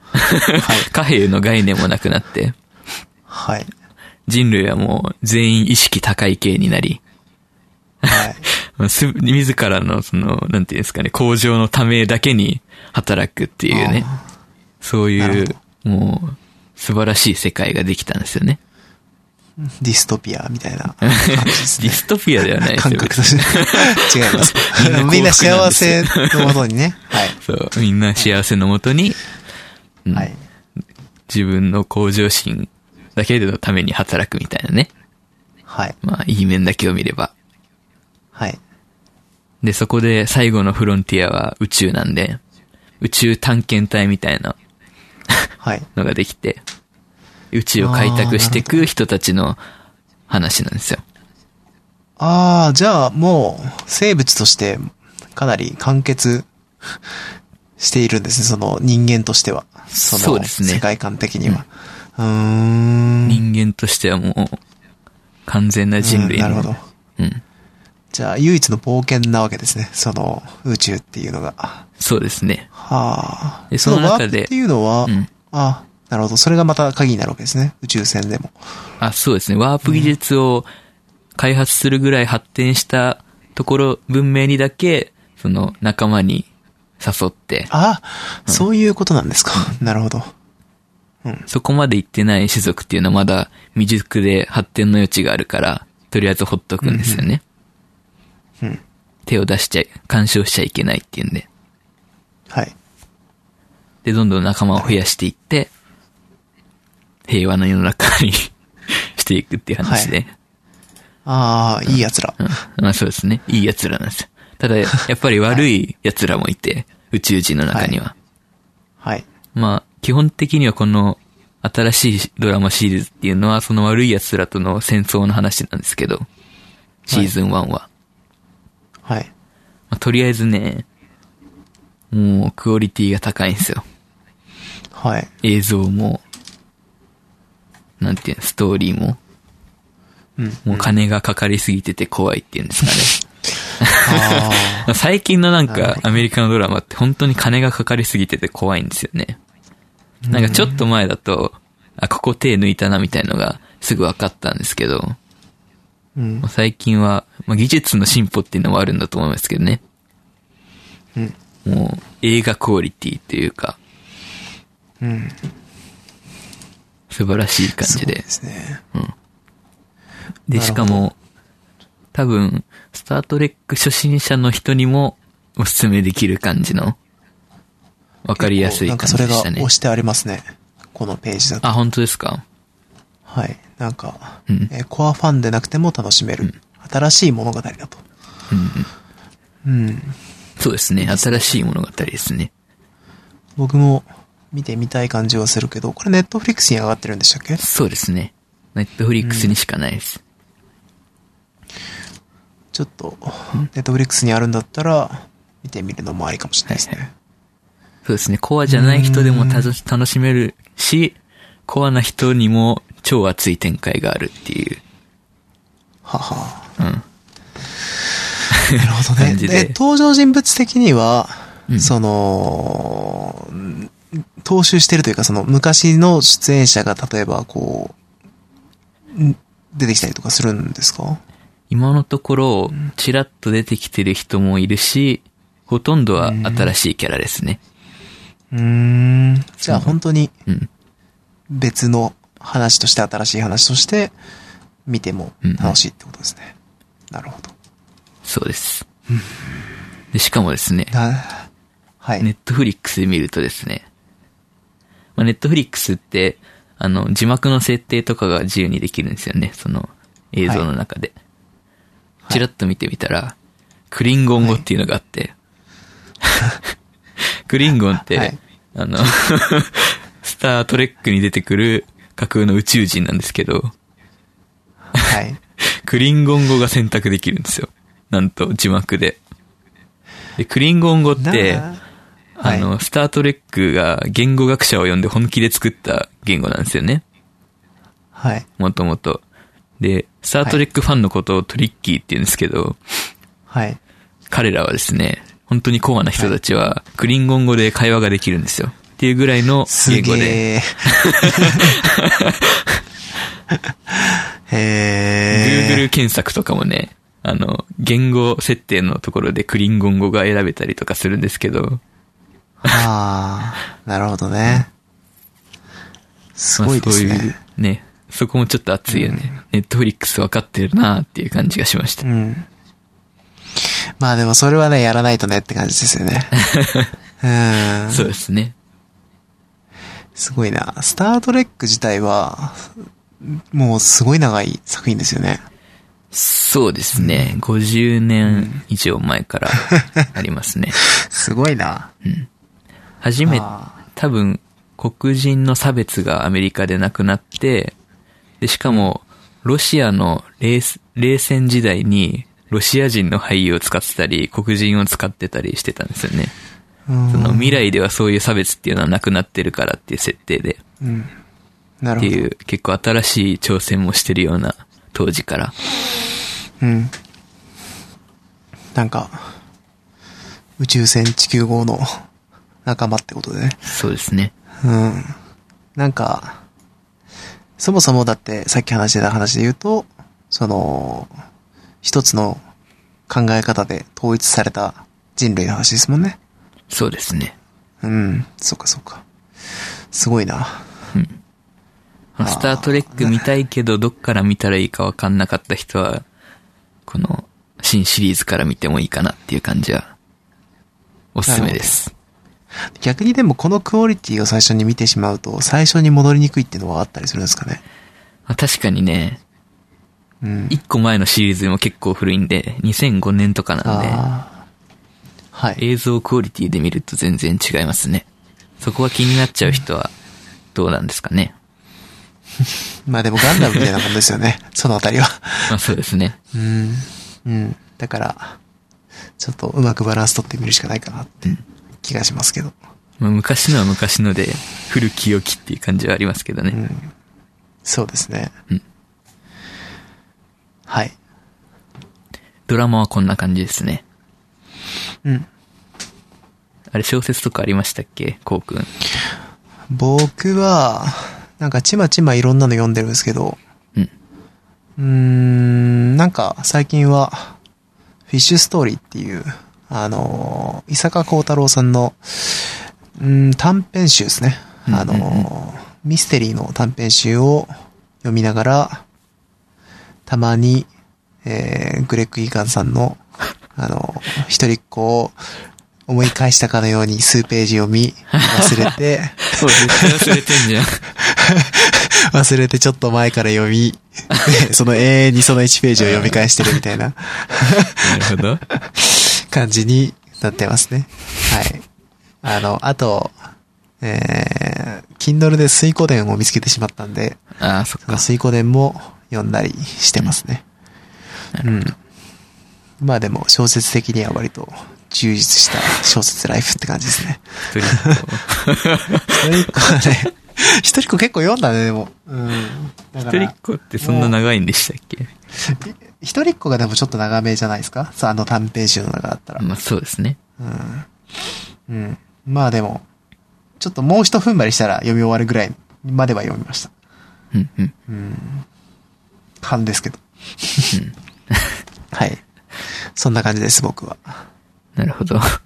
[SPEAKER 2] 貨幣の概念もなくなって、
[SPEAKER 1] はい。
[SPEAKER 2] 人類はもう全員意識高い系になり、
[SPEAKER 1] はい。
[SPEAKER 2] 自らのその、なんていうんですかね、向上のためだけに働くっていうね、そういう、もう、素晴らしい世界ができたんですよね。
[SPEAKER 1] ディストピアみたいな感じですね。
[SPEAKER 2] ディストピアではないですよ。
[SPEAKER 1] 感覚として。違います。みんな幸せのもとにね。はい。
[SPEAKER 2] そう、みんな幸せのもとに、うん、はい。自分の向上心だけのために働くみたいなね。
[SPEAKER 1] はい。
[SPEAKER 2] まあ、いい面だけを見れば。
[SPEAKER 1] はい。
[SPEAKER 2] で、そこで最後のフロンティアは宇宙なんで、宇宙探検隊みたいな、
[SPEAKER 1] はい。
[SPEAKER 2] のができて、宇宙を開拓していく人たちの話なんですよ。
[SPEAKER 1] ああ、じゃあもう生物としてかなり完結しているんですね、その人間としては。その
[SPEAKER 2] そうですね。
[SPEAKER 1] 世界観的には。うーん。
[SPEAKER 2] 人間としてはもう完全な人類の。
[SPEAKER 1] うん、なるほど。
[SPEAKER 2] うん。
[SPEAKER 1] じゃあ唯一の冒険なわけですね、その宇宙っていうのが。
[SPEAKER 2] そうですね。
[SPEAKER 1] はあ。
[SPEAKER 2] で、その中で。
[SPEAKER 1] ワープっていうのは、うん、あ、 なるほど。それがまた鍵になるわけですね。宇宙船でも。
[SPEAKER 2] あ、そうですね。ワープ技術を開発するぐらい発展したところ、文明にだけ、その仲間に誘って。
[SPEAKER 1] あ、うん、そういうことなんですか。なるほど。
[SPEAKER 2] うん。そこまで行ってない種族っていうのはまだ未熟で発展の余地があるから、とりあえずほっとくんですよね。
[SPEAKER 1] うん、うん。
[SPEAKER 2] 手を出しちゃい、干渉しちゃいけないっていうんで。
[SPEAKER 1] はい。
[SPEAKER 2] で、どんどん仲間を増やしていって、平和の世の中にしていくっていう話で。はい、
[SPEAKER 1] ああ、いい奴ら。
[SPEAKER 2] うん。まあそうですね。いい奴らなんですよ。ただ、やっぱり悪い奴らもいて、はい、宇宙人の中には。
[SPEAKER 1] はい。はい、
[SPEAKER 2] まあ、基本的にはこの新しいドラマシリーズっていうのは、その悪い奴らとの戦争の話なんですけど、シーズンワンは。
[SPEAKER 1] はい。
[SPEAKER 2] まあ、とりあえずね、もうクオリティが高いんですよ。
[SPEAKER 1] はい。
[SPEAKER 2] 映像も、なんていうの、ストーリーも、
[SPEAKER 1] うん、
[SPEAKER 2] もう金がかかりすぎてて怖いっていうんですかね。あ最近のなんかアメリカのドラマって本当に金がかかりすぎてて怖いんですよね。なんかちょっと前だと、あ、ここ手抜いたなみたいのがすぐ分かったんですけど、
[SPEAKER 1] うん、
[SPEAKER 2] 最近は、まあ、技術の進歩っていうのもあるんだと思いますけどね。
[SPEAKER 1] うん、
[SPEAKER 2] もう映画クオリティっていうか、
[SPEAKER 1] うん、
[SPEAKER 2] 素晴らしい感じで。そう
[SPEAKER 1] ですね。
[SPEAKER 2] うん。で、しかも、多分、スタートレック初心者の人にもおすすめできる感じの、わかりやすい感じでしたね。
[SPEAKER 1] なんかそれが押してありますね。このページだと。
[SPEAKER 2] あ、本当ですか？
[SPEAKER 1] はい。なんか、
[SPEAKER 2] うん
[SPEAKER 1] えー、コアファンでなくても楽しめる、うん、新しい物語だと。
[SPEAKER 2] うん、
[SPEAKER 1] うん。うん。
[SPEAKER 2] そうですね。新しい物語ですね。
[SPEAKER 1] 僕も見てみたい感じはするけど、これネットフリックスに上がってるんでしたっけ？
[SPEAKER 2] そうですね。ネットフリックスにしかないです。
[SPEAKER 1] うん、ちょっと、ネットフリックスにあるんだったら、見てみるのもありかもしれないですね。はいはい、
[SPEAKER 2] そうですね。コアじゃない人でも楽しめるし、コアな人にも超熱い展開があるっていう。
[SPEAKER 1] はは。
[SPEAKER 2] うん。
[SPEAKER 1] なるほどね。で、登場人物的には、
[SPEAKER 2] うん、
[SPEAKER 1] その、踏襲してるというか、その昔の出演者が例えばこう、出てきたりとかするんですか？
[SPEAKER 2] 今のところ、ちらっと出てきてる人もいるし、ほとんどは新しいキャラですね。
[SPEAKER 1] うーん。じゃあ本当に、別の話として、新しい話として、見ても楽しいってことですね。うん、なるほど。
[SPEAKER 2] そうです。でしかもですね、
[SPEAKER 1] はい。
[SPEAKER 2] ネットフリックスで見るとですね、まあ、ネットフリックスって、あの、字幕の設定とかが自由にできるんですよね、その映像の中で。はい、チラッと見てみたら、クリンゴン語っていうのがあって、はい、クリンゴンって、はい、あの、スタートレックに出てくる架空の宇宙人なんですけど、
[SPEAKER 1] はい。
[SPEAKER 2] クリンゴン語が選択できるんですよ。なんと字幕で。で、クリンゴン語って、あの、はい、スタートレックが言語学者を呼んで本気で作った言語なんですよね。
[SPEAKER 1] はい。
[SPEAKER 2] もともと。で、スタートレックファンのことをトリッキーって言うんですけど、
[SPEAKER 1] はい。
[SPEAKER 2] 彼らはですね、本当にコアな人たちは、クリンゴン語で会話ができるんですよ。っていうぐらいの言語で。
[SPEAKER 1] へー。
[SPEAKER 2] Google 検索とかもね、あの、言語設定のところでクリンゴン語が選べたりとかするんですけど。
[SPEAKER 1] ああ、なるほどね。すごいですね。まあ、そういう
[SPEAKER 2] ね、そこもちょっと熱いよね。うん、ネットフリックス分かってるなーっていう感じがしました。
[SPEAKER 1] うん。まあでもそれはね、やらないとねって感じですよね。うん。
[SPEAKER 2] そうですね。
[SPEAKER 1] すごいな。スタートレック自体は、もうすごい長い作品ですよね。
[SPEAKER 2] そうですね。うん、ごじゅうねん以上前からありますね。
[SPEAKER 1] すごいな。
[SPEAKER 2] うん。初め、多分、黒人の差別がアメリカでなくなって、で、しかも、ロシアの冷、冷戦時代に、ロシア人の俳優を使ってたり、黒人を使ってたりしてたんですよね。その未来ではそういう差別っていうのはなくなってるからっていう設定で。
[SPEAKER 1] うん。なるほど。
[SPEAKER 2] っていう、結構新しい挑戦もしてるような、当時から。
[SPEAKER 1] うん。なんか、宇宙船地球号の仲間ってことでね。
[SPEAKER 2] そうですね。
[SPEAKER 1] うん。 なんか、そもそもだってさっき話してた話で言うと、その、一つの考え方で統一された人類の話ですもんね。
[SPEAKER 2] そうですね。
[SPEAKER 1] うん、そっかそっか。すごいな。
[SPEAKER 2] うん。スタートレック見たいけど、どっから見たらいいかわかんなかった人は、この新シリーズから見てもいいかなっていう感じは、おすすめです。
[SPEAKER 1] 逆にでもこのクオリティを最初に見てしまうと、最初に戻りにくいっていうのはあったりするんですかね。
[SPEAKER 2] まあ、確かにね、
[SPEAKER 1] うん。
[SPEAKER 2] 一個前のシリーズも結構古いんで、にせんごねんとかなんで、
[SPEAKER 1] はい。
[SPEAKER 2] 映像クオリティで見ると全然違いますね。そこは気になっちゃう人はどうなんですかね。
[SPEAKER 1] まあでもガンダムみたいなもんですよね。そのあたりは。
[SPEAKER 2] まあそうですね。
[SPEAKER 1] うん。うん。だから、ちょっとうまくバランス取ってみるしかないかなって気がしますけど。
[SPEAKER 2] まあ、昔のは昔ので、古き良きっていう感じはありますけどね。
[SPEAKER 1] うん。そうですね。
[SPEAKER 2] うん。
[SPEAKER 1] はい。
[SPEAKER 2] ドラマはこんな感じですね。
[SPEAKER 1] うん。
[SPEAKER 2] あれ小説とかありましたっけ、こうくん。
[SPEAKER 1] 僕は、なんかちまちまいろんなの読んでるんですけど、
[SPEAKER 2] うん。
[SPEAKER 1] うーん、なんか最近は、フィッシュストーリーっていう、あの、伊坂幸太郎さんの、うん、短編集ですね。
[SPEAKER 2] うんうんうん、
[SPEAKER 1] あの、ミステリーの短編集を読みながら、たまに、えー、グレッグ・イーガンさんの、あの、一人っ子を思い返したかのように数ページ読み、忘れて、
[SPEAKER 2] そう、絶対忘れてんじゃん。
[SPEAKER 1] 忘れてちょっと前から読み、その永遠にそのいちページを読み返してるみたいな。
[SPEAKER 2] なるほど。
[SPEAKER 1] 感じになってますね。はい。あの、あと、えー、Kindle で水湖伝を見つけてしまったんで、
[SPEAKER 2] ああ、そっか。
[SPEAKER 1] 水湖伝も読んだりしてますね。うん。うん、まあでも小説的には割と充実した小説ライフって感じですね。
[SPEAKER 2] 一人っ子。
[SPEAKER 1] 一人っ子はね、一人っ子結構読んだね、でも。うん。
[SPEAKER 2] 一人っ子ってそんな長いんでしたっけ？
[SPEAKER 1] 一人っ子がでもちょっと長めじゃないですか？さあ、あの短編集の中だったら。
[SPEAKER 2] まあそうですね。
[SPEAKER 1] うん。うん。まあでも、ちょっともう一踏ん張りしたら読み終わるぐらいまでは読みました。
[SPEAKER 2] うんうん。
[SPEAKER 1] うん。勘ですけど。
[SPEAKER 2] うん、
[SPEAKER 1] はい。そんな感じです、僕は。
[SPEAKER 2] なるほど。
[SPEAKER 1] はい。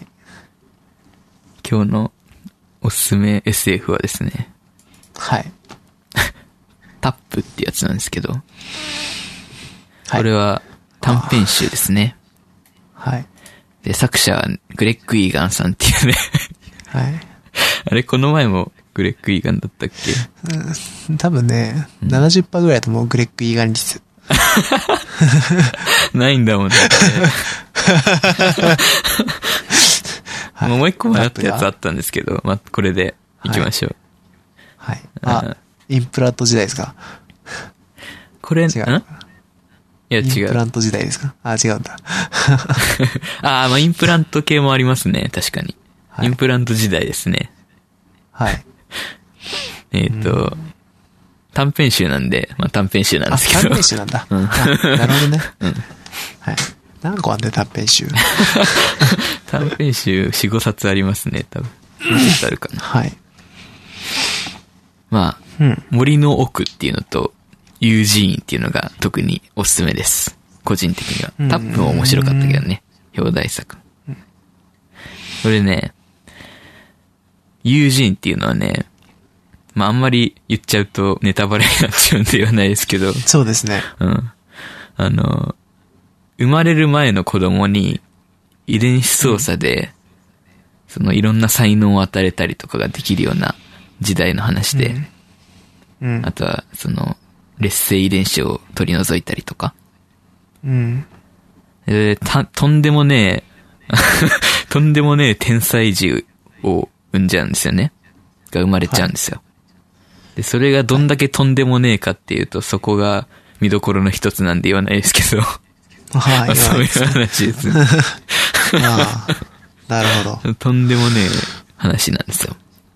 [SPEAKER 2] 今日のおすすめ エスエフ はですね。
[SPEAKER 1] はい。
[SPEAKER 2] タップってやつなんですけど。
[SPEAKER 1] はい。
[SPEAKER 2] これは短編集ですね。
[SPEAKER 1] はい。
[SPEAKER 2] で、作者はグレッグ・イーガンさんっていうね。
[SPEAKER 1] はい。
[SPEAKER 2] あれ、この前もグレッグ・イーガンだったっけ？
[SPEAKER 1] うん、多分ね、うん、ななじゅっパーセント ぐらいだともうグレッグ・イーガン率。
[SPEAKER 2] ないんだもんね。はい、もう一個迷ったやつあったんですけど、まあ、これで行きましょう。
[SPEAKER 1] はい。はい、あ、インプラント時代ですか？
[SPEAKER 2] これ、違う。ん？いや、違う。
[SPEAKER 1] インプラント時代ですか？あ、違うんだ。
[SPEAKER 2] ああ、まあ、インプラント系もありますね。確かに。はい、インプラント時代ですね。
[SPEAKER 1] はい。
[SPEAKER 2] えっと、短編集なんで、まあ短編集なんですけど。
[SPEAKER 1] あ、短編集なんだ。うん、なるほどね。うん。はい。何個あんで短編集。
[SPEAKER 2] 短編集よん、ごさつありますね、多分。何冊あるかな。
[SPEAKER 1] はい。
[SPEAKER 2] まあ、うん、森の奥っていうのと、ユージーンっていうのが特におすすめです。個人的には。タップも面白かったけどね。表題作。これね、ユージーンっていうのはね、まああんまり言っちゃうとネタバレになっちゃうんで言わないですけど。
[SPEAKER 1] そうですね。
[SPEAKER 2] うん。あの、生まれる前の子供に遺伝子操作で、そのいろんな才能を与えたりとかができるような時代の話で、
[SPEAKER 1] うんうん、
[SPEAKER 2] あとはその劣勢遺伝子を取り除いたりとか。
[SPEAKER 1] うん。
[SPEAKER 2] で、た、とんでもねえ、とんでもねえ天才児を産んじゃうんですよね。が生まれちゃうんですよ。はい、で、それがどんだけとんでもねえかっていうと、そこが見どころの一つなんで言わないですけど。
[SPEAKER 1] はい。
[SPEAKER 2] まあ、そういう話です。
[SPEAKER 1] ああ、なるほど。
[SPEAKER 2] とんでもねえ話なんですよ。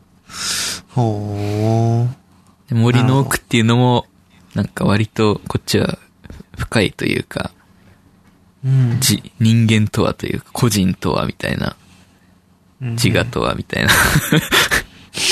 [SPEAKER 1] ほ
[SPEAKER 2] ー。森の奥っていうのも、なんか割とこっちは深いというか、
[SPEAKER 1] うん、
[SPEAKER 2] じ人間とはというか、個人とはみたいな、自我とはみたいな、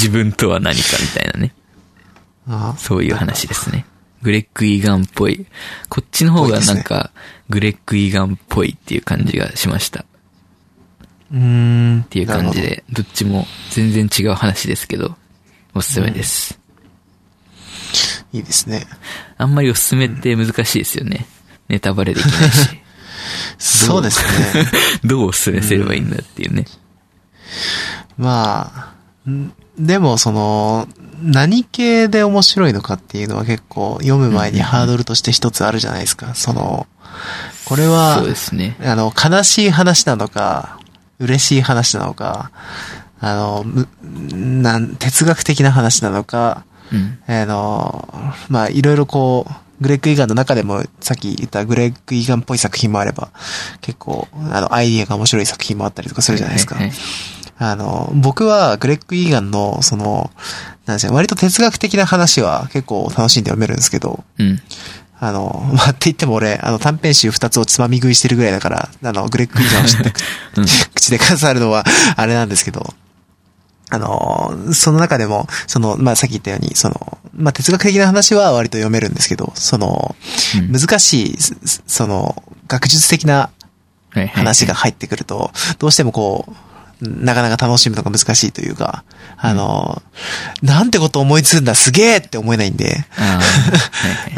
[SPEAKER 2] 自分とは何かみたいなね。
[SPEAKER 1] あ
[SPEAKER 2] そういう話ですね。グレッグ・イーガンっぽい。こっちの方がなんか、グレッグ・イーガンっぽいっていう感じがしました。
[SPEAKER 1] うーん。
[SPEAKER 2] っていう感じで、どっちも全然違う話ですけど、おすすめです。
[SPEAKER 1] うん、いいですね。
[SPEAKER 2] あんまりおすすめって難しいですよね。ネタバレできないし。
[SPEAKER 1] そうですね。
[SPEAKER 2] どうおすすめすればいいんだっていうね。
[SPEAKER 1] うん、まあ、でもその、何系で面白いのかっていうのは結構読む前にハードルとして一つあるじゃないですか。その、これは、
[SPEAKER 2] そうですね。
[SPEAKER 1] あの、悲しい話なのか、嬉しい話なのか、あの、なん、哲学的な話なのか、
[SPEAKER 2] うん、
[SPEAKER 1] あの、まあ、いろいろこう、グレッグ・イーガンの中でもさっき言ったグレッグ・イーガンっぽい作品もあれば、結構、あの、アイディアが面白い作品もあったりとかするじゃないですか。はいはいはい、あの、僕はグレッグ・イーガンの、その、なんですか、割と哲学的な話は結構楽しんで読めるんですけど、
[SPEAKER 2] うん、
[SPEAKER 1] あの、まあ、って言っても俺、あの短編集二つをつまみ食いしてるぐらいだから、あの、グレッグ・イーガンを知って、うん、口で数あるのは、あれなんですけど、あの、その中でも、その、まあ、さっき言ったように、その、まあ、哲学的な話は割と読めるんですけど、その、うん、難しい、その、学術的な話が入ってくると、どうしてもこう、なかなか楽しむのが難しいというか、あの、うん、なんてこと思いつくんだ、すげえって思えないんで、うん。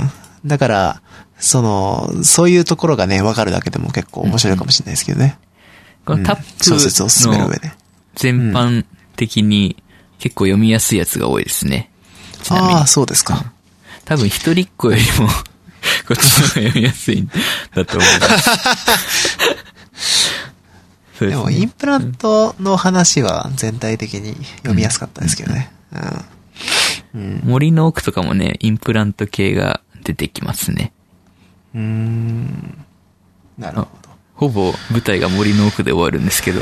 [SPEAKER 1] だから、その、そういうところがね、わかるだけでも結構面白いかもしれないですけどね。
[SPEAKER 2] このタップの
[SPEAKER 1] 小説を進める上で。
[SPEAKER 2] 全般的に結構読みやすいやつが多いですね。ちなみに。
[SPEAKER 1] ああ、そうですか。
[SPEAKER 2] 多分一人っ子よりも、こっちの方が読みやすいんだと思います。
[SPEAKER 1] でも、インプラントの話は全体的に読みやすかったですけどね。
[SPEAKER 2] うんうん、森の奥とかもね、インプラント系が出てきますね。
[SPEAKER 1] うーん。なるほど。
[SPEAKER 2] ほぼ舞台が森の奥で終わるんですけど。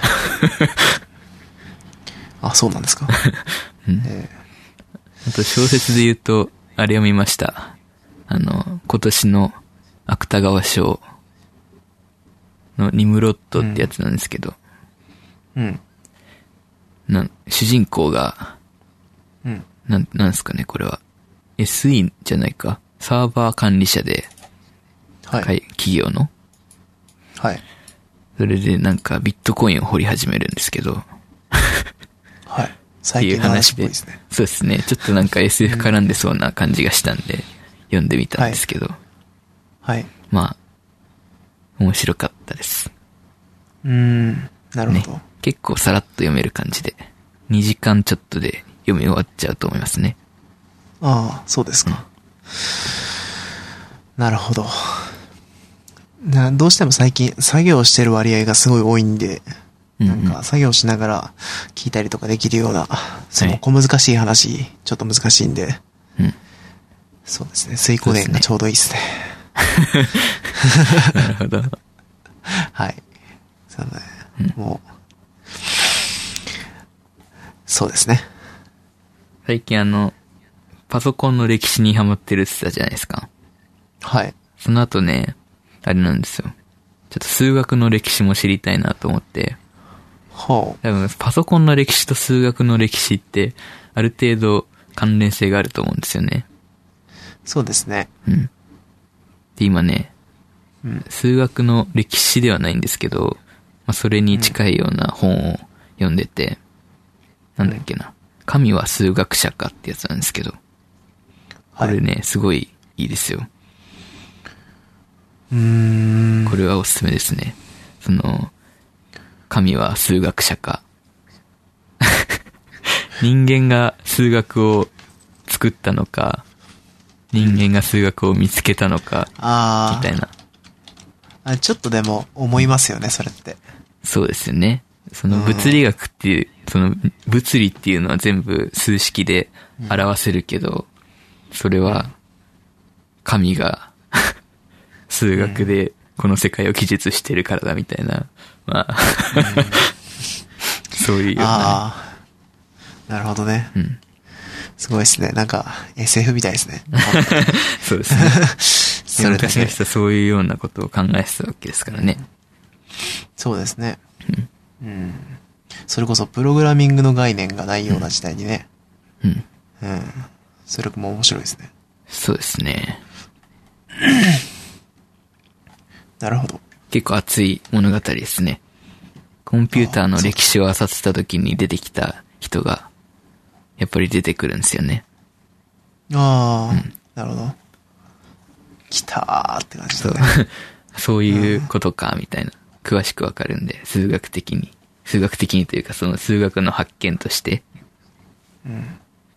[SPEAKER 1] あ、そうなんですか。
[SPEAKER 2] うんえー、あと小説で言うと、あれ読みました。あの、今年の芥川賞のニムロットってやつなんですけど。
[SPEAKER 1] うん。うん、
[SPEAKER 2] な主人公が、
[SPEAKER 1] うん。
[SPEAKER 2] なん、なんですかね、これは。エスイー じゃないか。サーバー管理者で、
[SPEAKER 1] はい。
[SPEAKER 2] 企業の。
[SPEAKER 1] はい。
[SPEAKER 2] それでなんかビットコインを掘り始めるんですけど。
[SPEAKER 1] はい。最近の話っぽいですね。
[SPEAKER 2] そうですね。ちょっとなんか エスエフ 絡んでそうな感じがしたんで、読んでみたんですけど。はい。
[SPEAKER 1] はい、
[SPEAKER 2] まあ、面白かったです。
[SPEAKER 1] うーん、なるほど、
[SPEAKER 2] ね。結構さらっと読める感じで、にじかんちょっとで読み終わっちゃうと思いますね。
[SPEAKER 1] ああ、そうですか。うん、なるほど。などうしても最近作業してる割合がすごい多いんで、なんか作業しながら聞いたりとかできるような、その小難しい話、はい、ちょっと難しいんで、
[SPEAKER 2] うん、
[SPEAKER 1] そうですね、水光伝がちょうどいいですね。
[SPEAKER 2] なるほど。
[SPEAKER 1] はい。そうね、うん、もう、そうですね。
[SPEAKER 2] 最近あの、パソコンの歴史にハマってるって言ったじゃないですか。
[SPEAKER 1] はい。
[SPEAKER 2] その後ね、あれなんですよ。ちょっと数学の歴史も知りたいなと思って。
[SPEAKER 1] はあ。
[SPEAKER 2] 多分、パソコンの歴史と数学の歴史って、ある程度関連性があると思うんですよね。
[SPEAKER 1] そうですね。
[SPEAKER 2] うん。で、今ね、
[SPEAKER 1] うん、
[SPEAKER 2] 数学の歴史ではないんですけど、まあ、それに近いような本を読んでて、うん、なんだっけな。神は数学者かってやつなんですけど、これね、はい、すごいいいですよ。
[SPEAKER 1] うーん。
[SPEAKER 2] これはおすすめですね。その、神は数学者か。人間が数学を作ったのか、人間が数学を見つけたのか、みたいな。
[SPEAKER 1] あ、ちょっとでも思いますよね、それって。
[SPEAKER 2] そうですよね。その物理学っていう、その物理っていうのは全部数式で表せるけど、それは神が数学でこの世界を記述してるからだみたいな、まあ、そういうような、ね。あ
[SPEAKER 1] あ、なるほどね。
[SPEAKER 2] うん。
[SPEAKER 1] すごいですね。なんか エスエフ みたいですね。
[SPEAKER 2] そうですね。それ昔の人はそういうようなことを考えてたわけですからね。
[SPEAKER 1] そうですね。
[SPEAKER 2] うん。
[SPEAKER 1] うん。 それこそプログラミングの概念がないような時代にね。
[SPEAKER 2] うん。
[SPEAKER 1] うん。それも面白いですね。
[SPEAKER 2] そうですね。
[SPEAKER 1] なるほど。
[SPEAKER 2] 結構熱い物語ですね。コンピューターの歴史を漁ってた時に出てきた人が、やっぱり出てくるんですよね。
[SPEAKER 1] ああ、うん、なるほど。来たーって感じだね。
[SPEAKER 2] そう。そういうことか、みたいな。詳しくわかるんで、数学的に。数学的にというか、その数学の発見として。
[SPEAKER 1] うん。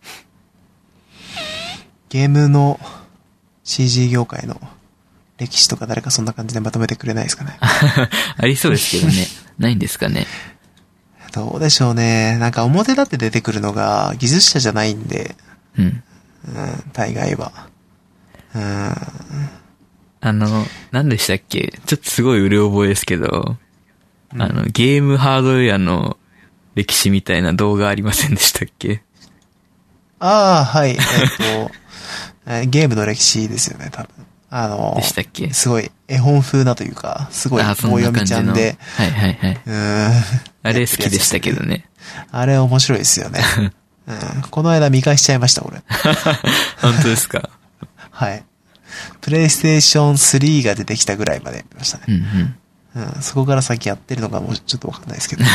[SPEAKER 1] ゲームの シージー 業界の歴史とか誰かそんな感じでまとめてくれないですかね。
[SPEAKER 2] ありそうですけどね。ないんですかね。
[SPEAKER 1] どうでしょうね。なんか表立って出てくるのが技術者じゃないんで。
[SPEAKER 2] うん。うん、
[SPEAKER 1] 大概は。うん。
[SPEAKER 2] あの、何でしたっけ？ちょっとすごいうる覚えですけど、うん、あの、ゲームハードウェアの歴史みたいな動画ありませんでしたっけ？
[SPEAKER 1] ああ、はい。えっと、ゲームの歴史ですよね、多分。あの、
[SPEAKER 2] でしたっけ？
[SPEAKER 1] すごい絵本風なというか、すごい棒読みちゃんで。
[SPEAKER 2] はいはいはい。
[SPEAKER 1] うん。
[SPEAKER 2] あれ好きでしたけどね。
[SPEAKER 1] あれ面白いですよね。うん。この間見返しちゃいました、俺。
[SPEAKER 2] 本当ですか？
[SPEAKER 1] はい。プレイステーションスリーが出てきたぐらいまで見ましたね。
[SPEAKER 2] うん
[SPEAKER 1] うん。うん。そこから先やってるのかもうちょっとわかんないですけど。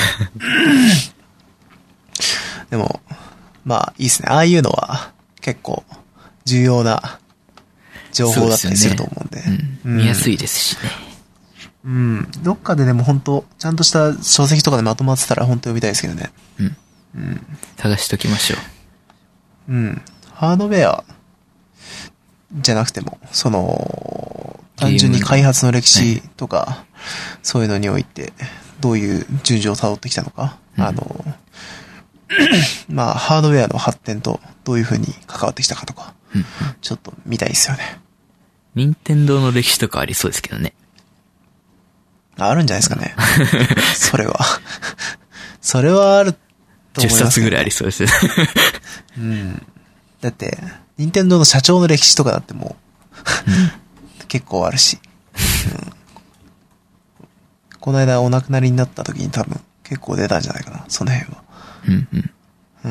[SPEAKER 1] でも、まあいいですね。ああいうのは結構重要な情報だったりすると思うんで。
[SPEAKER 2] そうですよね。うん。見やすいですしね。
[SPEAKER 1] うん。どっかででも本当ちゃんとした書籍とかでまとまってたら本当読みたいですけどね。
[SPEAKER 2] うん。うん。探しときましょ
[SPEAKER 1] う。うん。ハードウェアじゃなくても、その、単純に開発の歴史とか、はい、そういうのにおいて、どういう順序を辿ってきたのか、うん、あの、まあ、ハードウェアの発展とどういう風に関わってきたかとか、うん、ちょっと見たいですよね。
[SPEAKER 2] 任天堂の歴史とかありそうですけどね。
[SPEAKER 1] あるんじゃないですかね。それは。それはあると思います、ね。じゅっさつ
[SPEAKER 2] ぐらいありそうです。
[SPEAKER 1] うん。だって、任天堂の社長の歴史とかだってもう、うん、結構あるし、うん。この間お亡くなりになった時に多分結構出たんじゃないかな、その辺は。
[SPEAKER 2] うんうん。
[SPEAKER 1] うん。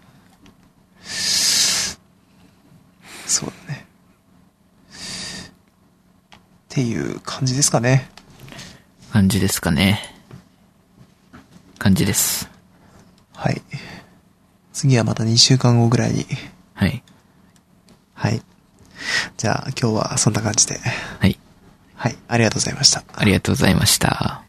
[SPEAKER 1] そうだね。っていう感じですかね。
[SPEAKER 2] 感じですかね。感じです。
[SPEAKER 1] はい。次はまたにしゅうかんごぐらいに。
[SPEAKER 2] はい。
[SPEAKER 1] はい。じゃあ今日はそんな感じで。
[SPEAKER 2] はい。
[SPEAKER 1] はい。ありがとうございました。
[SPEAKER 2] ありがとうございました。